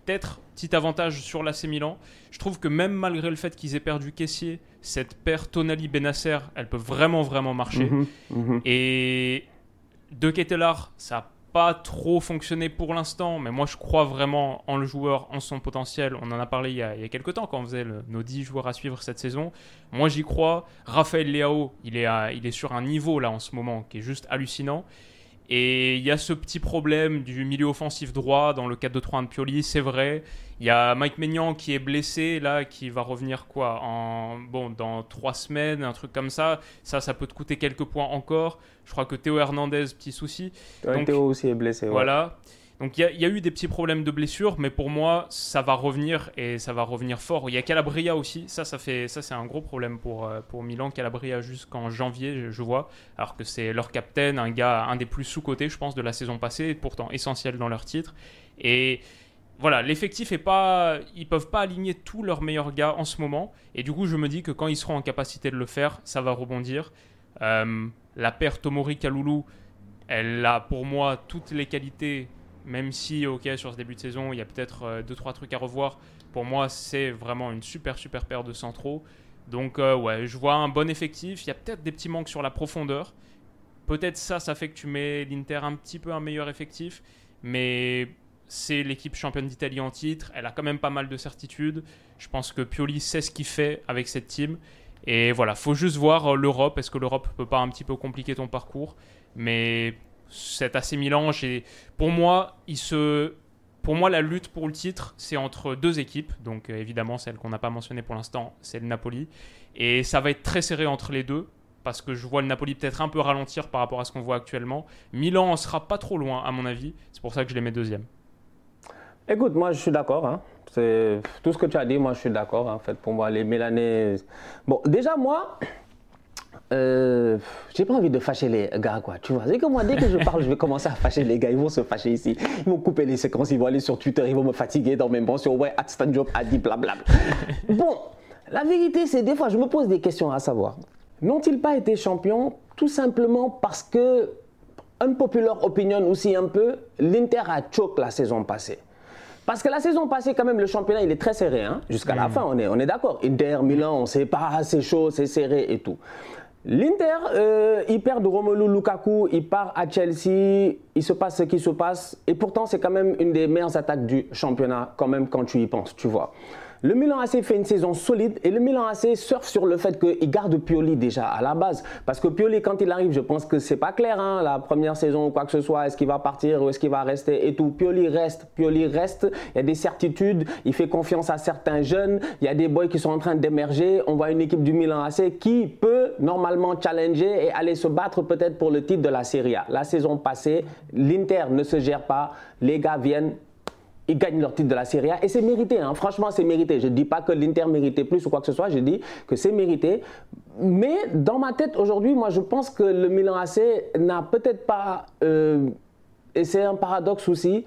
peut-être petit avantage sur l'A C Milan. Je trouve que même malgré le fait qu'ils aient perdu Kessié, cette paire Tonali-Bennacer, elle peut vraiment, vraiment marcher. Mmh, mmh. Et De Ketelaere, ça n'a pas trop fonctionné pour l'instant, mais moi je crois vraiment en le joueur, en son potentiel. On en a parlé il y a, il y a quelques temps quand on faisait le, nos dix joueurs à suivre cette saison. Moi j'y crois. Raphaël Leao, il est, à, il est sur un niveau là en ce moment qui est juste hallucinant. Et il y a ce petit problème du milieu offensif droit dans le quatre deux trois un de Pioli, c'est vrai. Il y a Mike Maignan qui est blessé, là, qui va revenir quoi en, bon, dans trois semaines, un truc comme ça. Ça, ça peut te coûter quelques points encore. Je crois que Théo Hernandez, petit souci. Ouais, Donc, Théo aussi est blessé. Ouais. Voilà. Donc il y, y a eu des petits problèmes de blessure, mais pour moi, ça va revenir et ça va revenir fort. Il y a Calabria aussi, ça, ça, fait, ça c'est un gros problème pour, pour Milan. Calabria jusqu'en janvier, je, je vois, alors que c'est leur capitaine, un gars, un des plus sous-cotés, je pense, de la saison passée, pourtant essentiel dans leur titre. Et voilà, l'effectif est pas, ils peuvent pas aligner tous leurs meilleurs gars en ce moment. Et du coup, je me dis que quand ils seront en capacité de le faire, ça va rebondir. Euh, la paire Tomori-Kalulu, elle a pour moi toutes les qualités. Même si, ok, sur ce début de saison, il y a peut-être deux trois trucs à revoir. Pour moi, c'est vraiment une super, super paire de centraux. Donc, euh, ouais, je vois un bon effectif. Il y a peut-être des petits manques sur la profondeur. Peut-être ça, ça fait que tu mets l'Inter un petit peu un meilleur effectif. Mais c'est l'équipe championne d'Italie en titre. Elle a quand même pas mal de certitudes. Je pense que Pioli sait ce qu'il fait avec cette team. Et voilà, il faut juste voir l'Europe. Est-ce que l'Europe peut pas un petit peu compliquer ton parcours ? Mais cet A C Milan, j'ai... pour moi, il se... pour moi, la lutte pour le titre, c'est entre deux équipes. Donc, euh, évidemment, celle qu'on n'a pas mentionnée pour l'instant, c'est le Napoli. Et ça va être très serré entre les deux, parce que je vois le Napoli peut-être un peu ralentir par rapport à ce qu'on voit actuellement. Milan en sera pas trop loin, à mon avis. C'est pour ça que je les mets deuxième. Écoute, moi, je suis d'accord. Hein. C'est... Tout ce que tu as dit, moi, je suis d'accord. En fait, pour moi, les Milanais... Bon, déjà, moi... Euh, j'ai pas envie de fâcher les gars, quoi. Tu vois, c'est que moi, dès que je parle, je vais commencer à fâcher les gars. Ils vont se fâcher ici. Ils vont couper les séquences. Ils vont aller sur Twitter. Ils vont me fatiguer dans mes mentions. Ouais, Adstanjob a dit blablabla. Bon, la vérité, c'est des fois, je me pose des questions à savoir. N'ont-ils pas été champions tout simplement parce que, unpopular opinion aussi un peu, l'Inter a choke la saison passée. Parce que la saison passée, quand même, le championnat, il est très serré. Hein. Jusqu'à mmh. la fin, on est, on est d'accord. Inter, Milan, on ne sait pas, c'est chaud, c'est serré et tout. L'Inter, euh, il perd de Romelu Lukaku, il part à Chelsea, il se passe ce qui se passe. Et pourtant, c'est quand même une des meilleures attaques du championnat, quand même, quand tu y penses, tu vois. Le Milan A C fait une saison solide et le Milan A C surfe sur le fait qu'il garde Pioli déjà à la base. Parce que Pioli, quand il arrive, je pense que c'est pas clair, hein, la première saison ou quoi que ce soit, est-ce qu'il va partir ou est-ce qu'il va rester et tout. Pioli reste, Pioli reste, il y a des certitudes, il fait confiance à certains jeunes, il y a des boys qui sont en train d'émerger. On voit une équipe du Milan A C qui peut normalement challenger et aller se battre peut-être pour le titre de la Serie A. La saison passée, l'Inter ne se gère pas, les gars viennent. Ils gagnent leur titre de la Serie A et c'est mérité, hein. Franchement c'est mérité. Je ne dis pas que l'Inter méritait plus ou quoi que ce soit, je dis que c'est mérité. Mais dans ma tête aujourd'hui, moi je pense que le Milan A C n'a peut-être pas, euh, et c'est un paradoxe aussi,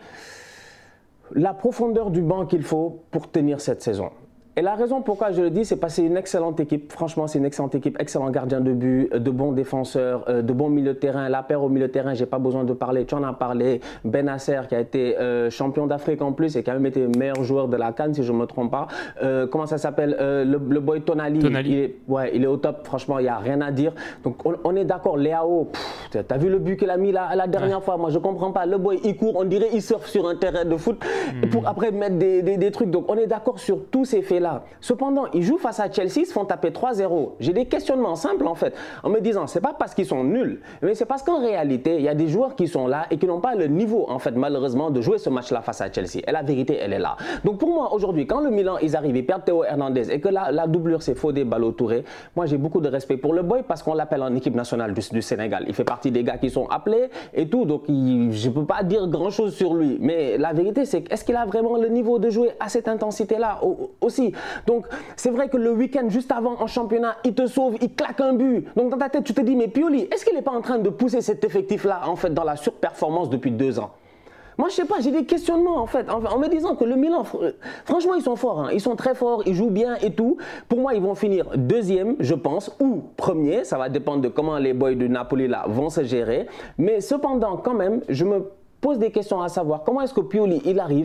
la profondeur du banc qu'il faut pour tenir cette saison. Et la raison pourquoi je le dis, c'est parce que c'est une excellente équipe. Franchement, c'est une excellente équipe, excellent gardien de but, de bons défenseurs, de bons milieux de terrain. La paire au milieu de terrain, j'ai pas besoin de parler. Tu en as parlé. Bennacer, qui a été euh, champion d'Afrique en plus et qui a même été meilleur joueur de la CAN, si je me trompe pas. Euh, comment ça s'appelle euh, le, le boy Tonali. Tonali. Il est, ouais, il est au top. Franchement, il y a rien à dire. Donc, on, on est d'accord. Leao, t'as vu le but qu'il a mis là, la dernière ouais. fois? Moi, je comprends pas. Le boy, il court, on dirait il surfe sur un terrain de foot mmh. pour après mettre des, des, des trucs. Donc, on est d'accord sur tous ces faits-là. Cependant, ils jouent face à Chelsea, ils se font taper trois zéro. J'ai des questionnements simples en fait, en me disant, c'est pas parce qu'ils sont nuls, mais c'est parce qu'en réalité, il y a des joueurs qui sont là et qui n'ont pas le niveau en fait, malheureusement, de jouer ce match-là face à Chelsea. Et la vérité, elle est là. Donc pour moi, aujourd'hui, quand le Milan, ils arrivent, ils perdent Théo Hernandez et que la, la doublure, c'est Fodé Ballo-Touré, moi j'ai beaucoup de respect pour le boy parce qu'on l'appelle en équipe nationale du, du Sénégal. Il fait partie des gars qui sont appelés et tout, donc il, je peux pas dire grand-chose sur lui. Mais la vérité, c'est est-ce qu'il a vraiment le niveau de jouer à cette intensité-là aussi? Donc, c'est vrai que le week-end, juste avant, en championnat, il te sauve, il claque un but. Donc, dans ta tête, tu te dis, mais Pioli, est-ce qu'il n'est pas en train de pousser cet effectif-là, en fait, dans la surperformance depuis deux ans? Moi, je sais pas, j'ai des questionnements, en fait, en, en me disant que le Milan, franchement, ils sont forts, hein. Ils sont très forts, ils jouent bien et tout. Pour moi, ils vont finir deuxième, je pense, ou premier. Ça va dépendre de comment les boys de Napoli, là, vont se gérer. Mais cependant, quand même, je me pose des questions à savoir comment est-ce que Pioli, il arrive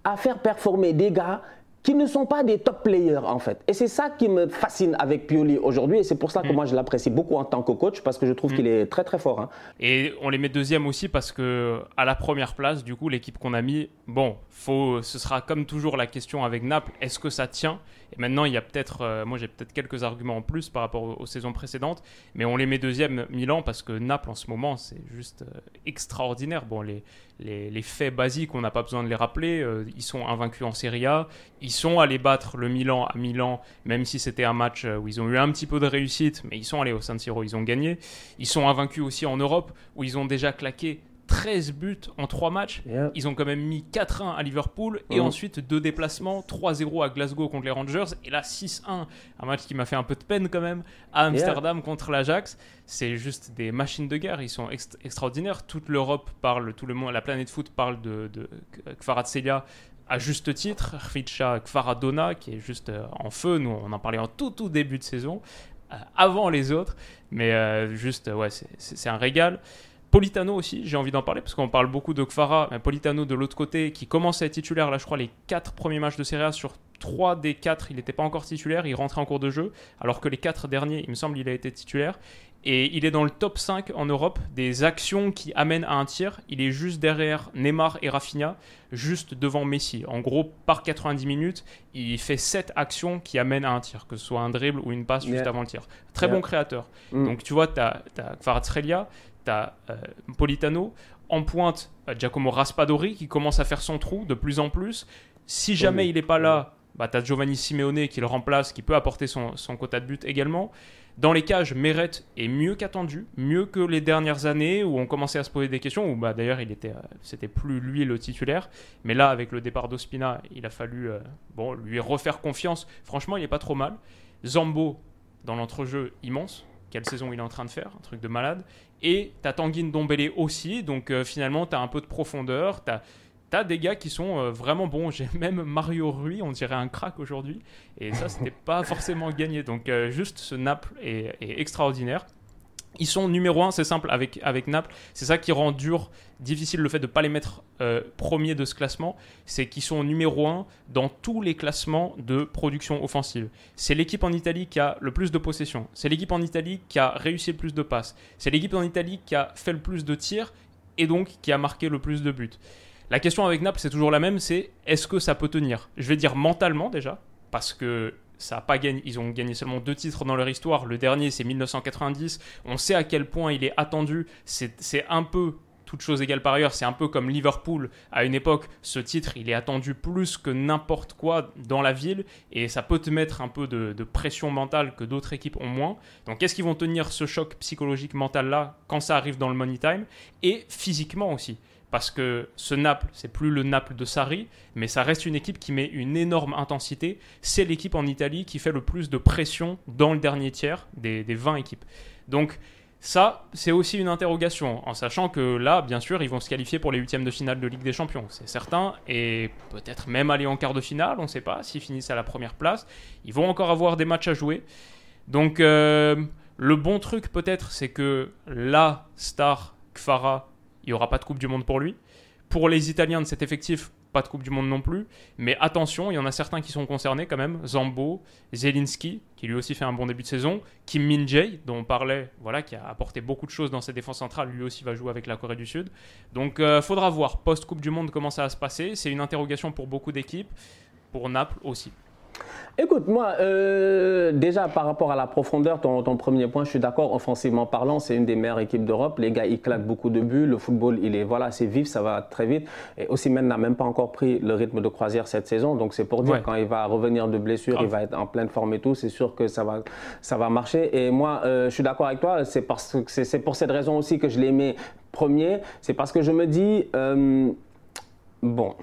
à faire performer des gars qui ne sont pas des top players en fait. Et c'est ça qui me fascine avec Pioli aujourd'hui et c'est pour ça que mmh. moi je l'apprécie beaucoup en tant que coach parce que je trouve mmh. qu'il est très très fort. Hein. Et on les met deuxième aussi parce qu'à la première place, du coup, l'équipe qu'on a mis, bon, faut, ce sera comme toujours la question avec Naples, est-ce que ça tient ? Et maintenant, il y a peut-être, euh, moi j'ai peut-être quelques arguments en plus par rapport aux, aux saisons précédentes, mais on les met deuxième Milan parce que Naples en ce moment, c'est juste euh, extraordinaire. Bon, les, les, les faits basiques, on n'a pas besoin de les rappeler, euh, ils sont invaincus en Serie A, ils sont allés battre le Milan à Milan, même si c'était un match où ils ont eu un petit peu de réussite, mais ils sont allés au San Siro, ils ont gagné. Ils sont invaincus aussi en Europe, où ils ont déjà claqué treize buts en trois matchs. Yeah. Ils ont quand même mis quatre un à Liverpool et mmh. ensuite deux déplacements, trois zéro à Glasgow contre les Rangers et là six un, un match qui m'a fait un peu de peine quand même, à Amsterdam yeah. contre l'Ajax. C'est juste des machines de guerre, ils sont ext- extraordinaires. Toute l'Europe parle, tout le monde, la planète foot parle de, de Kvaratskhelia à juste titre, Khvicha Kvaradona qui est juste euh, en feu. Nous on en parlait en tout tout début de saison, euh, avant les autres, mais euh, juste ouais c'est, c'est, c'est un régal. Politano aussi, j'ai envie d'en parler parce qu'on parle beaucoup de Kvara, mais Politano de l'autre côté qui commence à être titulaire, là je crois les quatre premiers matchs de Serie A, sur trois des quatre il n'était pas encore titulaire, il rentrait en cours de jeu, alors que les quatre derniers il me semble il a été titulaire, et il est dans le top cinq en Europe des actions qui amènent à un tir, il est juste derrière Neymar et Rafinha, juste devant Messi. En gros, par quatre-vingt-dix minutes, il fait sept actions qui amènent à un tir, que ce soit un dribble ou une passe yeah. juste avant le tir. Très yeah. bon créateur. Mm. Donc tu vois, tu as Kvaratskhelia, tu as euh, Politano, en pointe euh, Giacomo Raspadori qui commence à faire son trou de plus en plus. Si jamais oui. il n'est pas là, bah, tu as Giovanni Simeone qui le remplace, qui peut apporter son, son quota de but également. Dans les cages, Meret est mieux qu'attendu, mieux que les dernières années où on commençait à se poser des questions, où bah, d'ailleurs il était, euh, c'était plus lui le titulaire, mais là avec le départ d'Ospina, il a fallu euh, bon, lui refaire confiance. Franchement, il n'est pas trop mal. Zambo, dans l'entrejeu, immense. Quelle saison il est en train de faire, un truc de malade. Et tu as Tanguy Ndombele aussi, donc euh, finalement tu as un peu de profondeur, tu as des gars qui sont euh, vraiment bons. J'ai même Mario Rui, on dirait un crack aujourd'hui, et ça c'était pas forcément gagné, donc euh, juste ce Naples est, est extraordinaire. Ils sont numéro un, c'est simple, avec, avec Naples. C'est ça qui rend dur, difficile le fait de ne pas les mettre euh, premiers de ce classement. C'est qu'ils sont numéro un dans tous les classements de production offensive. C'est l'équipe en Italie qui a le plus de possession. C'est l'équipe en Italie qui a réussi le plus de passes. C'est l'équipe en Italie qui a fait le plus de tirs et donc qui a marqué le plus de buts. La question avec Naples, c'est toujours la même, c'est est-ce que ça peut tenir ? Je vais dire mentalement déjà, parce que ça a pas gagné, ils ont gagné seulement deux titres dans leur histoire. Le dernier, c'est dix-neuf cent quatre-vingt-dix. On sait à quel point il est attendu. C'est, c'est un peu, toute chose égale par ailleurs, c'est un peu comme Liverpool. À une époque, ce titre, il est attendu plus que n'importe quoi dans la ville. Et ça peut te mettre un peu de, de pression mentale que d'autres équipes ont moins. Donc, est-ce qu'ils vont tenir ce choc psychologique mental-là quand ça arrive dans le money time ? Et physiquement aussi. Parce que ce Naples, c'est plus le Naples de Sarri, mais ça reste une équipe qui met une énorme intensité. C'est l'équipe en Italie qui fait le plus de pression dans le dernier tiers des, des vingt équipes. Donc ça, c'est aussi une interrogation, en sachant que là, bien sûr, ils vont se qualifier pour les huitièmes de finale de Ligue des Champions, c'est certain, et peut-être même aller en quart de finale, on ne sait pas, s'ils finissent à la première place. Ils vont encore avoir des matchs à jouer. Donc euh, le bon truc peut-être, c'est que la star Kvara, il n'y aura pas de Coupe du Monde pour lui. Pour les Italiens de cet effectif, pas de Coupe du Monde non plus. Mais attention, il y en a certains qui sont concernés quand même. Zambo, Zelinski, qui lui aussi fait un bon début de saison. Kim Min-jae, dont on parlait, voilà, qui a apporté beaucoup de choses dans ses défenses centrales. Lui aussi va jouer avec la Corée du Sud. Donc il euh, faudra voir, post-Coupe du Monde, comment ça va se passer. C'est une interrogation pour beaucoup d'équipes. Pour Naples aussi. Écoute, moi, euh, déjà par rapport à la profondeur, ton, ton premier point, je suis d'accord, offensivement parlant, c'est une des meilleures équipes d'Europe. Les gars, ils claquent beaucoup de buts. Le football, il est, voilà, c'est vif, ça va très vite. Et Osimhen n'a même pas encore pris le rythme de croisière cette saison. Donc c'est pour dire, ouais. quand il va revenir de blessure, ah. il va être en pleine forme et tout, c'est sûr que ça va, ça va marcher. Et moi, euh, je suis d'accord avec toi, c'est, parce que c'est, c'est pour cette raison aussi que je l'ai mis premier. C'est parce que je me dis, euh, bon...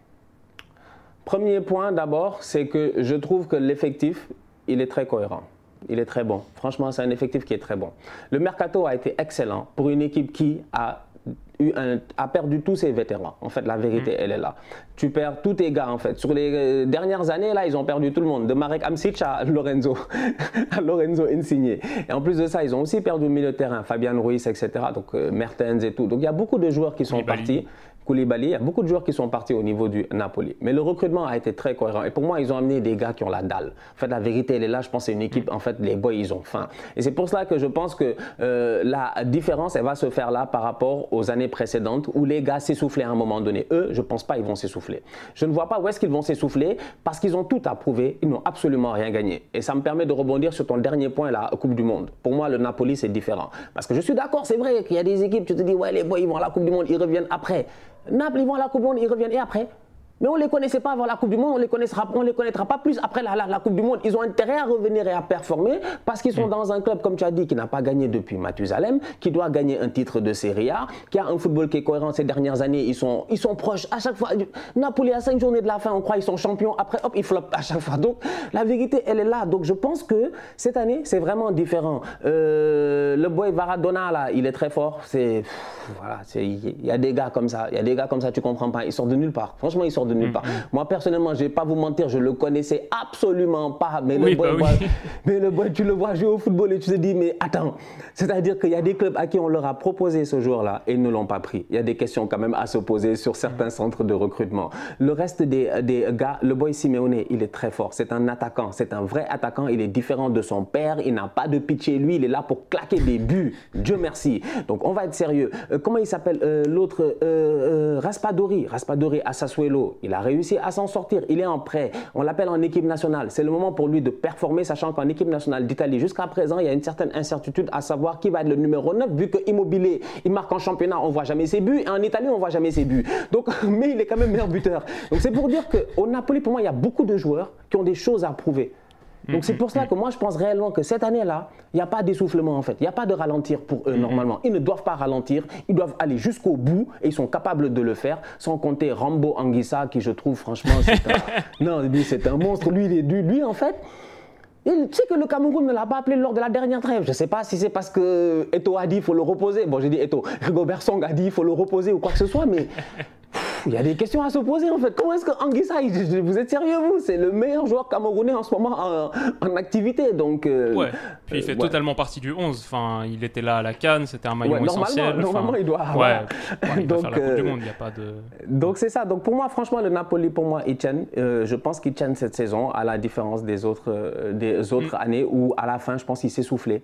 Premier point d'abord, c'est que je trouve que l'effectif, il est très cohérent. Il est très bon. Franchement, c'est un effectif qui est très bon. Le mercato a été excellent pour une équipe qui a, eu un, a perdu tous ses vétérans. En fait, la vérité, mmh. elle est là. Tu perds tous tes gars, en fait. Sur les dernières années, là, ils ont perdu tout le monde. De Marek Hamsik à Lorenzo, à Lorenzo Insigne. Et en plus de ça, ils ont aussi perdu le milieu de terrain. Fabian Ruiz, et cetera. Donc, euh, Mertens et tout. Donc, il y a beaucoup de joueurs qui sont Koulibaly. partis. Koulibaly, il y a beaucoup de joueurs qui sont partis au niveau du Napoli. Mais le recrutement a été très cohérent. Et pour moi, ils ont amené des gars qui ont la dalle. En fait, la vérité, elle est là. Je pense que c'est une équipe, en fait, les boys, ils ont faim. Et c'est pour cela que je pense que euh, la différence, elle va se faire là par rapport aux années précédentes où les gars s'essoufflaient à un moment donné. Eux, je ne pense pas qu'ils vont s'essouffler. Je ne vois pas où est-ce qu'ils vont s'essouffler parce qu'ils ont tout à prouver. Ils n'ont absolument rien gagné. Et ça me permet de rebondir sur ton dernier point, la Coupe du Monde. Pour moi, le Napoli, c'est différent. Parce que je suis d'accord, c'est vrai qu'il y a des équipes, tu te dis, ouais, les boys, ils vont à la Coupe du Monde, ils reviennent après. Naples, ils vont à la Coupe du Monde, ils reviennent et après. Mais on ne les connaissait pas avant la Coupe du Monde, on ne les connaîtra, on les connaîtra pas plus après la, la, la Coupe du Monde. Ils ont intérêt à revenir et à performer parce qu'ils sont mmh. dans un club, comme tu as dit, qui n'a pas gagné depuis Mathusalem, qui doit gagner un titre de Serie A, qui a un football qui est cohérent ces dernières années. Ils sont, ils sont proches à chaque fois. Napoli, à cinq journées de la fin, on croit qu'ils sont champions. Après, hop, ils floppent à chaque fois. Donc, la vérité, elle est là. Donc, je pense que cette année, c'est vraiment différent. Euh, le boy Maradona, là, il est très fort. C'est, voilà, il y a des gars comme ça. Il y a des gars comme ça, tu comprends pas. Ils sortent de nulle part. Franchement, ils sortent de nulle part. Mmh. Moi, personnellement, je ne vais pas vous mentir, je ne le connaissais absolument pas. Mais, oui, le boy, bah oui. mais le boy, tu le vois jouer au football et tu te dis, mais attends, c'est-à-dire qu'il y a des clubs à qui on leur a proposé ce joueur-là et ils ne l'ont pas pris. Il y a des questions quand même à se poser sur certains mmh. centres de recrutement. Le reste des, des gars, le boy Simeone, il est très fort. C'est un attaquant, c'est un vrai attaquant. Il est différent de son père, il n'a pas de pitch chez lui, il est là pour claquer des buts. Dieu merci. Donc, on va être sérieux. Euh, comment il s'appelle euh, l'autre euh, euh, Raspadori. Raspadori à Sassuolo, il a réussi à s'en sortir, il est en prêt, on l'appelle en équipe nationale, c'est le moment pour lui de performer, sachant qu'en équipe nationale d'Italie, jusqu'à présent, il y a une certaine incertitude à savoir qui va être le numéro neuf, vu que Immobilier, il marque en championnat, on ne voit jamais ses buts, et en Italie, on ne voit jamais ses buts. Donc, mais il est quand même meilleur buteur. Donc c'est pour dire qu'au Napoli, pour moi, il y a beaucoup de joueurs qui ont des choses à prouver. Donc c'est pour cela que moi je pense réellement que cette année-là, il n'y a pas d'essoufflement en fait, il n'y a pas de ralentir pour eux normalement. Ils ne doivent pas ralentir, ils doivent aller jusqu'au bout et ils sont capables de le faire, sans compter Rambo Anguissa qui je trouve franchement c'est un... non, lui c'est un monstre, lui il est dû, lui en fait. Tu sais que le Cameroun ne l'a pas appelé lors de la dernière trêve. Je ne sais pas si c'est parce que Eto'o a dit qu'il faut le reposer. Bon, j'ai dit Eto'o. Rigobert Song a dit qu'il faut le reposer ou quoi que ce soit, mais il y a des questions à se poser en fait. Comment est-ce que Anguissa, vous êtes sérieux vous? C'est le meilleur joueur camerounais en ce moment en, en activité. Donc, euh, ouais, puis il fait euh, totalement ouais. partie du onze. Enfin, il était là à la CAN, c'était un maillon ouais, normalement, essentiel. Normalement, enfin, il doit. Ouais, ouais, il donc, doit faire la Coupe euh, du Monde, il n'y a pas de. Donc c'est ça. Donc pour moi, franchement, le Napoli, pour moi, il tienne. Euh, je pense qu'il tienne cette saison, à la différence des autres, euh, des autres mm. années où à la fin, je pense qu'il s'est soufflé.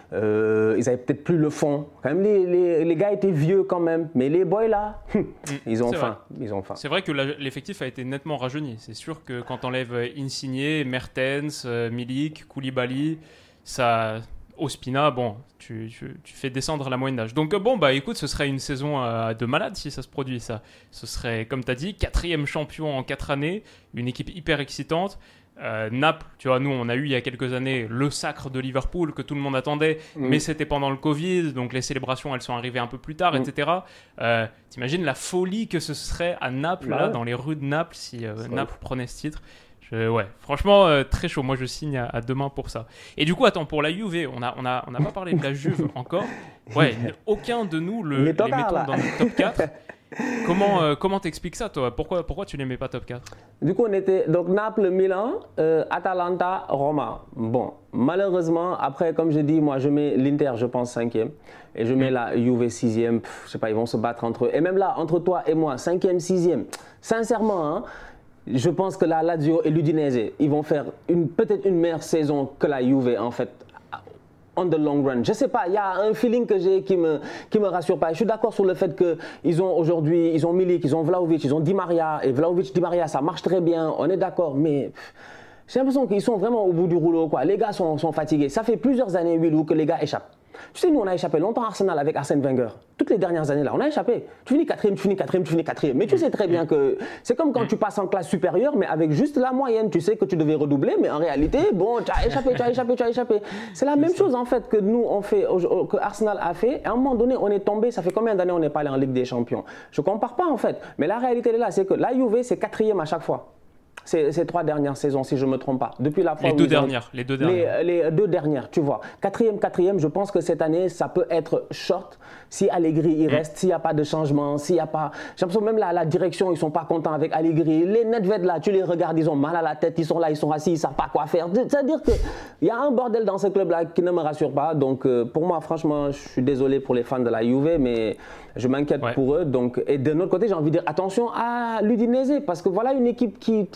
Euh, ils avaient peut-être plus le fond. Quand même, les, les, les gars étaient vieux quand même, mais les boys là, mm. ils ont faim. Ils ont faim. C'est vrai que la, l'effectif a été nettement rajeuni. C'est sûr que quand on enlève Insigne, Mertens, euh, Milik, Koulibaly, ça, Ospina, bon, tu, tu, tu fais descendre la moyenne d'âge. Donc bon, bah écoute, ce serait une saison euh, de malade si ça se produit ça. Ce serait, comme tu as dit, quatrième champion en quatre années, une équipe hyper excitante. Euh, Naples, tu vois, nous on a eu il y a quelques années le sacre de Liverpool que tout le monde attendait, mmh. mais c'était pendant le Covid, donc les célébrations elles sont arrivées un peu plus tard, mmh. et cetera. Euh, t'imagines la folie que ce serait à Naples, bah là, ouais. dans les rues de Naples, si euh, Naples ouf. prenait ce titre. Je, ouais, franchement, euh, très chaud. Moi je signe à, à demain pour ça. Et du coup, attends, pour la Juve, on n'a on a, on a pas parlé de la Juve encore. Ouais, aucun de nous le, les, les mettons dans le top quatre. Comment euh, comment t'expliques ça toi? Pourquoi pourquoi tu les mets pas top quatre? Du coup on était donc Naples, Milan, euh, Atalanta, Roma. Bon, malheureusement après comme je dis moi je mets l'Inter je pense cinquième et je mets la Juve sixième. Je sais pas ils vont se battre entre eux. Et même là entre toi et moi cinquième, sixième. Sincèrement hein, je pense que la Lazio et l'Udinese ils vont faire une peut-être une meilleure saison que la Juve en fait. On the long run. Je sais pas, il y a un feeling que j'ai qui me, qui me rassure pas. Je suis d'accord sur le fait qu'ils ont aujourd'hui, ils ont Milik, ils ont Vlahovic, ils ont Di Maria. Et Vlahovic, Di Maria, ça marche très bien, on est d'accord, mais j'ai l'impression qu'ils sont vraiment au bout du rouleau, quoi. Les gars sont, sont fatigués. Ça fait plusieurs années, Willou, que les gars échappent. Tu sais, nous, on a échappé longtemps à Arsenal avec Arsène Wenger. Toutes les dernières années, là, on a échappé. Tu finis quatrième, tu finis quatrième, tu finis quatrième. Mais tu sais très bien que c'est comme quand tu passes en classe supérieure, mais avec juste la moyenne. Tu sais que tu devais redoubler, mais en réalité, bon, tu as échappé, tu as échappé, tu as échappé. C'est la c'est même ça. chose, en fait, que nous, on fait, que Arsenal a fait. Et à un moment donné, on est tombé. Ça fait combien d'années on n'est pas allé en Ligue des Champions? Je ne compare pas, en fait. Mais la réalité, elle est là. C'est que la Juve, c'est quatrième à chaque fois. Ces, ces trois dernières saisons, si je ne me trompe pas. Depuis la fois les, où deux ont... dernières, les deux dernières. Les, les deux dernières, tu vois. Quatrième, quatrième, je pense que cette année, ça peut être short si Allegri y reste, mmh. s'il n'y a pas de changement, s'il n'y a pas... J'ai l'impression même la, la direction, ils ne sont pas contents avec Allegri. Les Nedved, là, tu les regardes, ils ont mal à la tête, ils sont là, ils sont assis, ils ne savent pas quoi faire. C'est-à-dire qu'il y a un bordel dans ce club-là qui ne me rassure pas. Donc, euh, pour moi, franchement, je suis désolé pour les fans de la Juve, mais je m'inquiète ouais. pour eux. Donc, et de notre côté, j'ai envie de dire attention à l'Udinese, parce que voilà une équipe qui...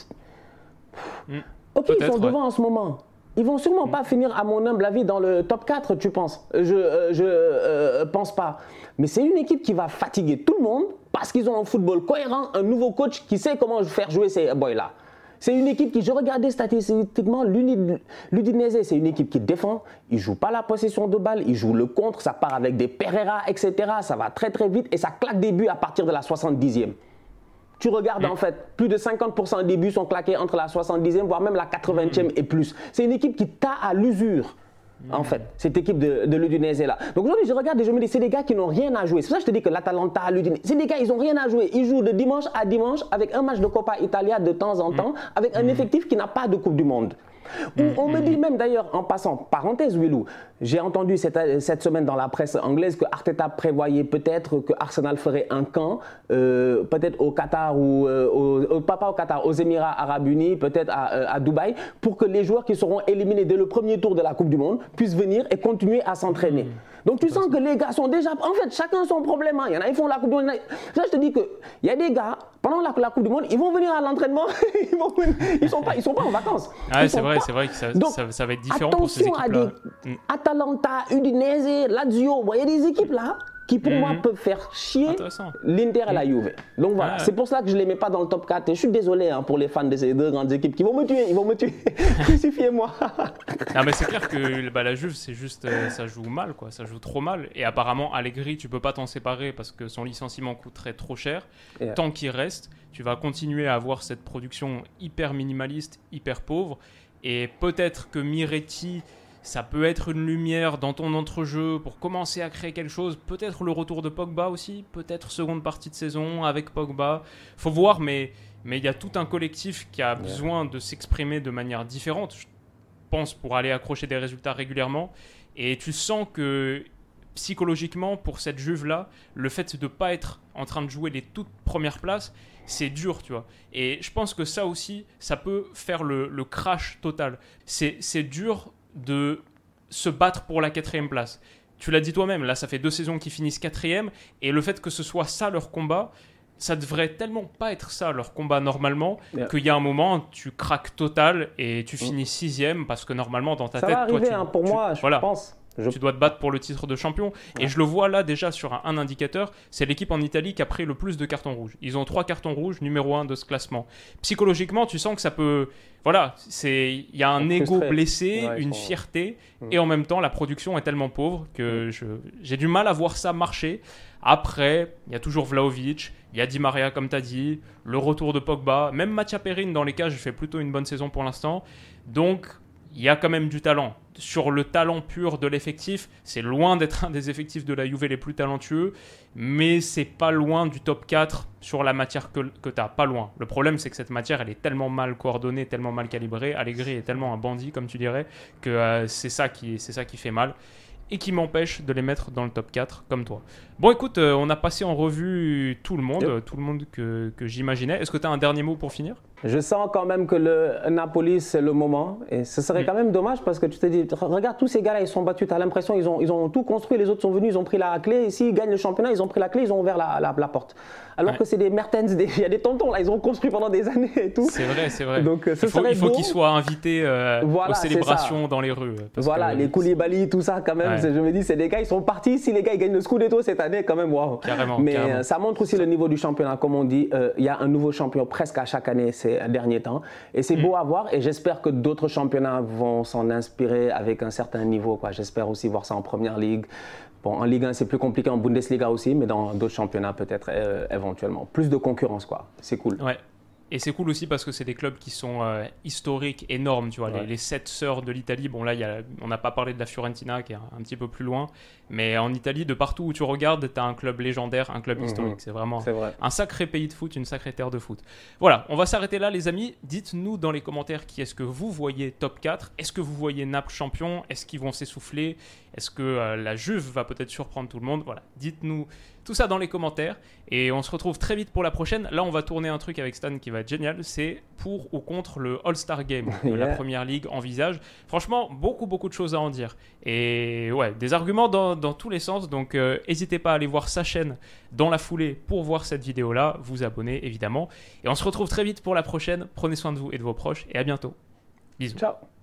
Mmh. Ok, Peut-être, ils sont devant ouais. en ce moment. Ils vont sûrement mmh. pas finir, à mon humble avis, dans le top quatre, tu penses? Je euh, je euh, pense pas. Mais c'est une équipe qui va fatiguer tout le monde parce qu'ils ont un football cohérent, un nouveau coach qui sait comment faire jouer ces boys-là. C'est une équipe qui, je regardais statistiquement, l'Udinese, c'est une équipe qui défend, ils ne jouent pas la possession de balle, ils jouent le contre, ça part avec des Pereira, et cetera. Ça va très très vite et ça claque des buts à partir de la soixante-dixième. Tu regardes mmh. en fait, plus de cinquante pour cent des buts sont claqués entre la soixante-dixième, voire même la quatre-vingtième mmh. et plus. C'est une équipe qui t'a à l'usure, mmh. en fait, cette équipe de, de l'Udinese là. Donc aujourd'hui, je regarde et je me dis, c'est des gars qui n'ont rien à jouer. C'est pour ça que je te dis que l'Atalanta, l'Udinese, c'est des gars, ils n'ont rien à jouer. Ils jouent de dimanche à dimanche avec un match de Coppa Italia de temps en temps, mmh. avec un mmh. effectif qui n'a pas de Coupe du Monde. Mmh, on mmh. me dit même d'ailleurs, en passant, parenthèse Willou, j'ai entendu cette, cette semaine dans la presse anglaise que Arteta prévoyait peut-être que Arsenal ferait un camp, euh, peut-être au Qatar ou, euh, au, au, pas, pas au Qatar, aux Émirats Arabes Unis, peut-être à, euh, à Dubaï, pour que les joueurs qui seront éliminés dès le premier tour de la Coupe du Monde puissent venir et continuer à s'entraîner. Mmh. Donc tu sens que les gars sont déjà, en fait, chacun son problème. Hein. Il y en a, ils font la Coupe du Monde. Là, je te dis qu'il y a des gars, pendant la, la Coupe du Monde, ils vont venir à l'entraînement, ils ne sont, sont pas en vacances. Ah, c'est vrai, pas... c'est vrai que ça, Donc, ça, ça va être différent pour ces équipes-là. Attention à des Atalanta, Udinese, Lazio, il y a des équipes là qui pour mmh. moi peuvent faire chier l'Inter et la Juve. Donc voilà, ah, c'est pour ça que je ne les mets pas dans le top quatre. Et je suis désolé hein, pour les fans de ces deux grandes équipes qui vont me tuer, ils vont me tuer. Crucifiez-moi. Non mais c'est clair que bah, la Juve, c'est juste, euh, ça joue mal, quoi. Ça joue trop mal. Et apparemment, Allegri, tu ne peux pas t'en séparer parce que son licenciement coûterait trop cher. Yeah. Tant qu'il reste, tu vas continuer à avoir cette production hyper minimaliste, hyper pauvre. Et peut-être que Miretti... ça peut être une lumière dans ton entrejeu pour commencer à créer quelque chose. Peut-être le retour de Pogba aussi. Peut-être seconde partie de saison avec Pogba. Faut voir, mais mais il y a tout un collectif qui a besoin de s'exprimer de manière différente, je pense, pour aller accrocher des résultats régulièrement. Et tu sens que psychologiquement, pour cette Juve-là, le fait de ne pas être en train de jouer les toutes premières places, c'est dur, tu vois. Et je pense que ça aussi, ça peut faire le, le crash total. C'est, c'est dur de se battre pour la quatrième place. Tu l'as dit toi-même, là ça fait deux saisons qu'ils finissent quatrième, et le fait que ce soit ça leur combat, ça devrait tellement pas être ça leur combat normalement, yeah. qu'il y a un moment tu craques total et tu finis sixième parce que normalement dans ta ça tête, va arriver, toi, tu, hein, pour tu, moi, je voilà. pense. Je... Tu dois te battre pour le titre de champion. Ouais. Et je le vois là déjà sur un, un indicateur, c'est l'équipe en Italie qui a pris le plus de cartons rouges. Ils ont trois cartons rouges, numéro un de ce classement. Psychologiquement, tu sens que ça peut... Voilà, il y a un ego blessé, ouais, une fierté, mmh. et en même temps, la production est tellement pauvre que mmh. je, j'ai du mal à voir ça marcher. Après, il y a toujours Vlahovic, il y a Di Maria, comme tu as dit, le retour de Pogba, même Mathia Perin, dans les cas, je fais plutôt une bonne saison pour l'instant. Donc... il y a quand même du talent. Sur le talent pur de l'effectif, c'est loin d'être un des effectifs de la Juve les plus talentueux, mais c'est pas loin du top quatre sur la matière que, que tu as, pas loin. Le problème, c'est que cette matière, elle est tellement mal coordonnée, tellement mal calibrée, Allegri est tellement un bandit, comme tu dirais, que euh, c'est ça qui, c'est ça qui fait mal et qui m'empêche de les mettre dans le top quatre, comme toi. Bon, écoute, euh, on a passé en revue tout le monde, yep. tout le monde que, que j'imaginais. Est-ce que tu as un dernier mot pour finir ? Je sens quand même que le Napoli, c'est le moment. Et ce serait mmh. quand même dommage parce que tu te dis, regarde, tous ces gars-là, ils sont battus. Tu as l'impression qu'ils ont, ils ont tout construit. Les autres sont venus, ils ont pris la clé. Et s'ils gagnent le championnat, ils ont pris la clé, ils ont ouvert la, la, la porte. Alors ouais. que c'est des Mertens, il y a des tontons, là, ils ont construit pendant des années et tout. C'est vrai, c'est vrai. Donc, ce il faut, serait il faut beau. qu'ils soient invités euh, voilà, aux célébrations dans les rues. Voilà, que, les Koulibaly, tout ça, quand même. Ouais. Je me dis, c'est des gars, ils sont partis. Si les gars ils gagnent le Scudetto cette année, quand même, waouh. Carrément. Mais carrément. Euh, ça montre aussi le niveau du championnat. Comme on dit, euh, il y a un nouveau champion presque à chaque année ces derniers temps. Et c'est mmh. beau à voir. Et j'espère que d'autres championnats vont s'en inspirer avec un certain niveau, quoi. J'espère aussi voir ça en Première Ligue. Bon, en Ligue un, c'est plus compliqué, en Bundesliga aussi, mais dans d'autres championnats peut-être euh, éventuellement. Plus de concurrence, quoi. C'est cool. Ouais. Et c'est cool aussi parce que c'est des clubs qui sont euh, historiques, énormes, tu vois, ouais. les, les sept sœurs de l'Italie. Bon là, y a, on n'a pas parlé de la Fiorentina qui est un, un petit peu plus loin, mais en Italie, de partout où tu regardes, tu as un club légendaire, un club mmh, historique. C'est vraiment c'est vrai. Un sacré pays de foot, une sacrée terre de foot. Voilà, on va s'arrêter là les amis. Dites-nous dans les commentaires qui est-ce que vous voyez top quatre. Est-ce que vous voyez Naples champion? Est-ce qu'ils vont s'essouffler? Est-ce que euh, la Juve va peut-être surprendre tout le monde? Voilà, dites-nous tout ça dans les commentaires et on se retrouve très vite pour la prochaine. Là, on va tourner un truc avec Stan qui va être génial. C'est pour ou contre le All-Star Game que yeah. la Première Ligue envisage. Franchement, beaucoup, beaucoup de choses à en dire. Et ouais, des arguments dans, dans tous les sens. Donc, euh, n'hésitez pas à aller voir sa chaîne dans la foulée pour voir cette vidéo-là. Vous abonner, évidemment. Et on se retrouve très vite pour la prochaine. Prenez soin de vous et de vos proches et à bientôt. Bisous. Ciao.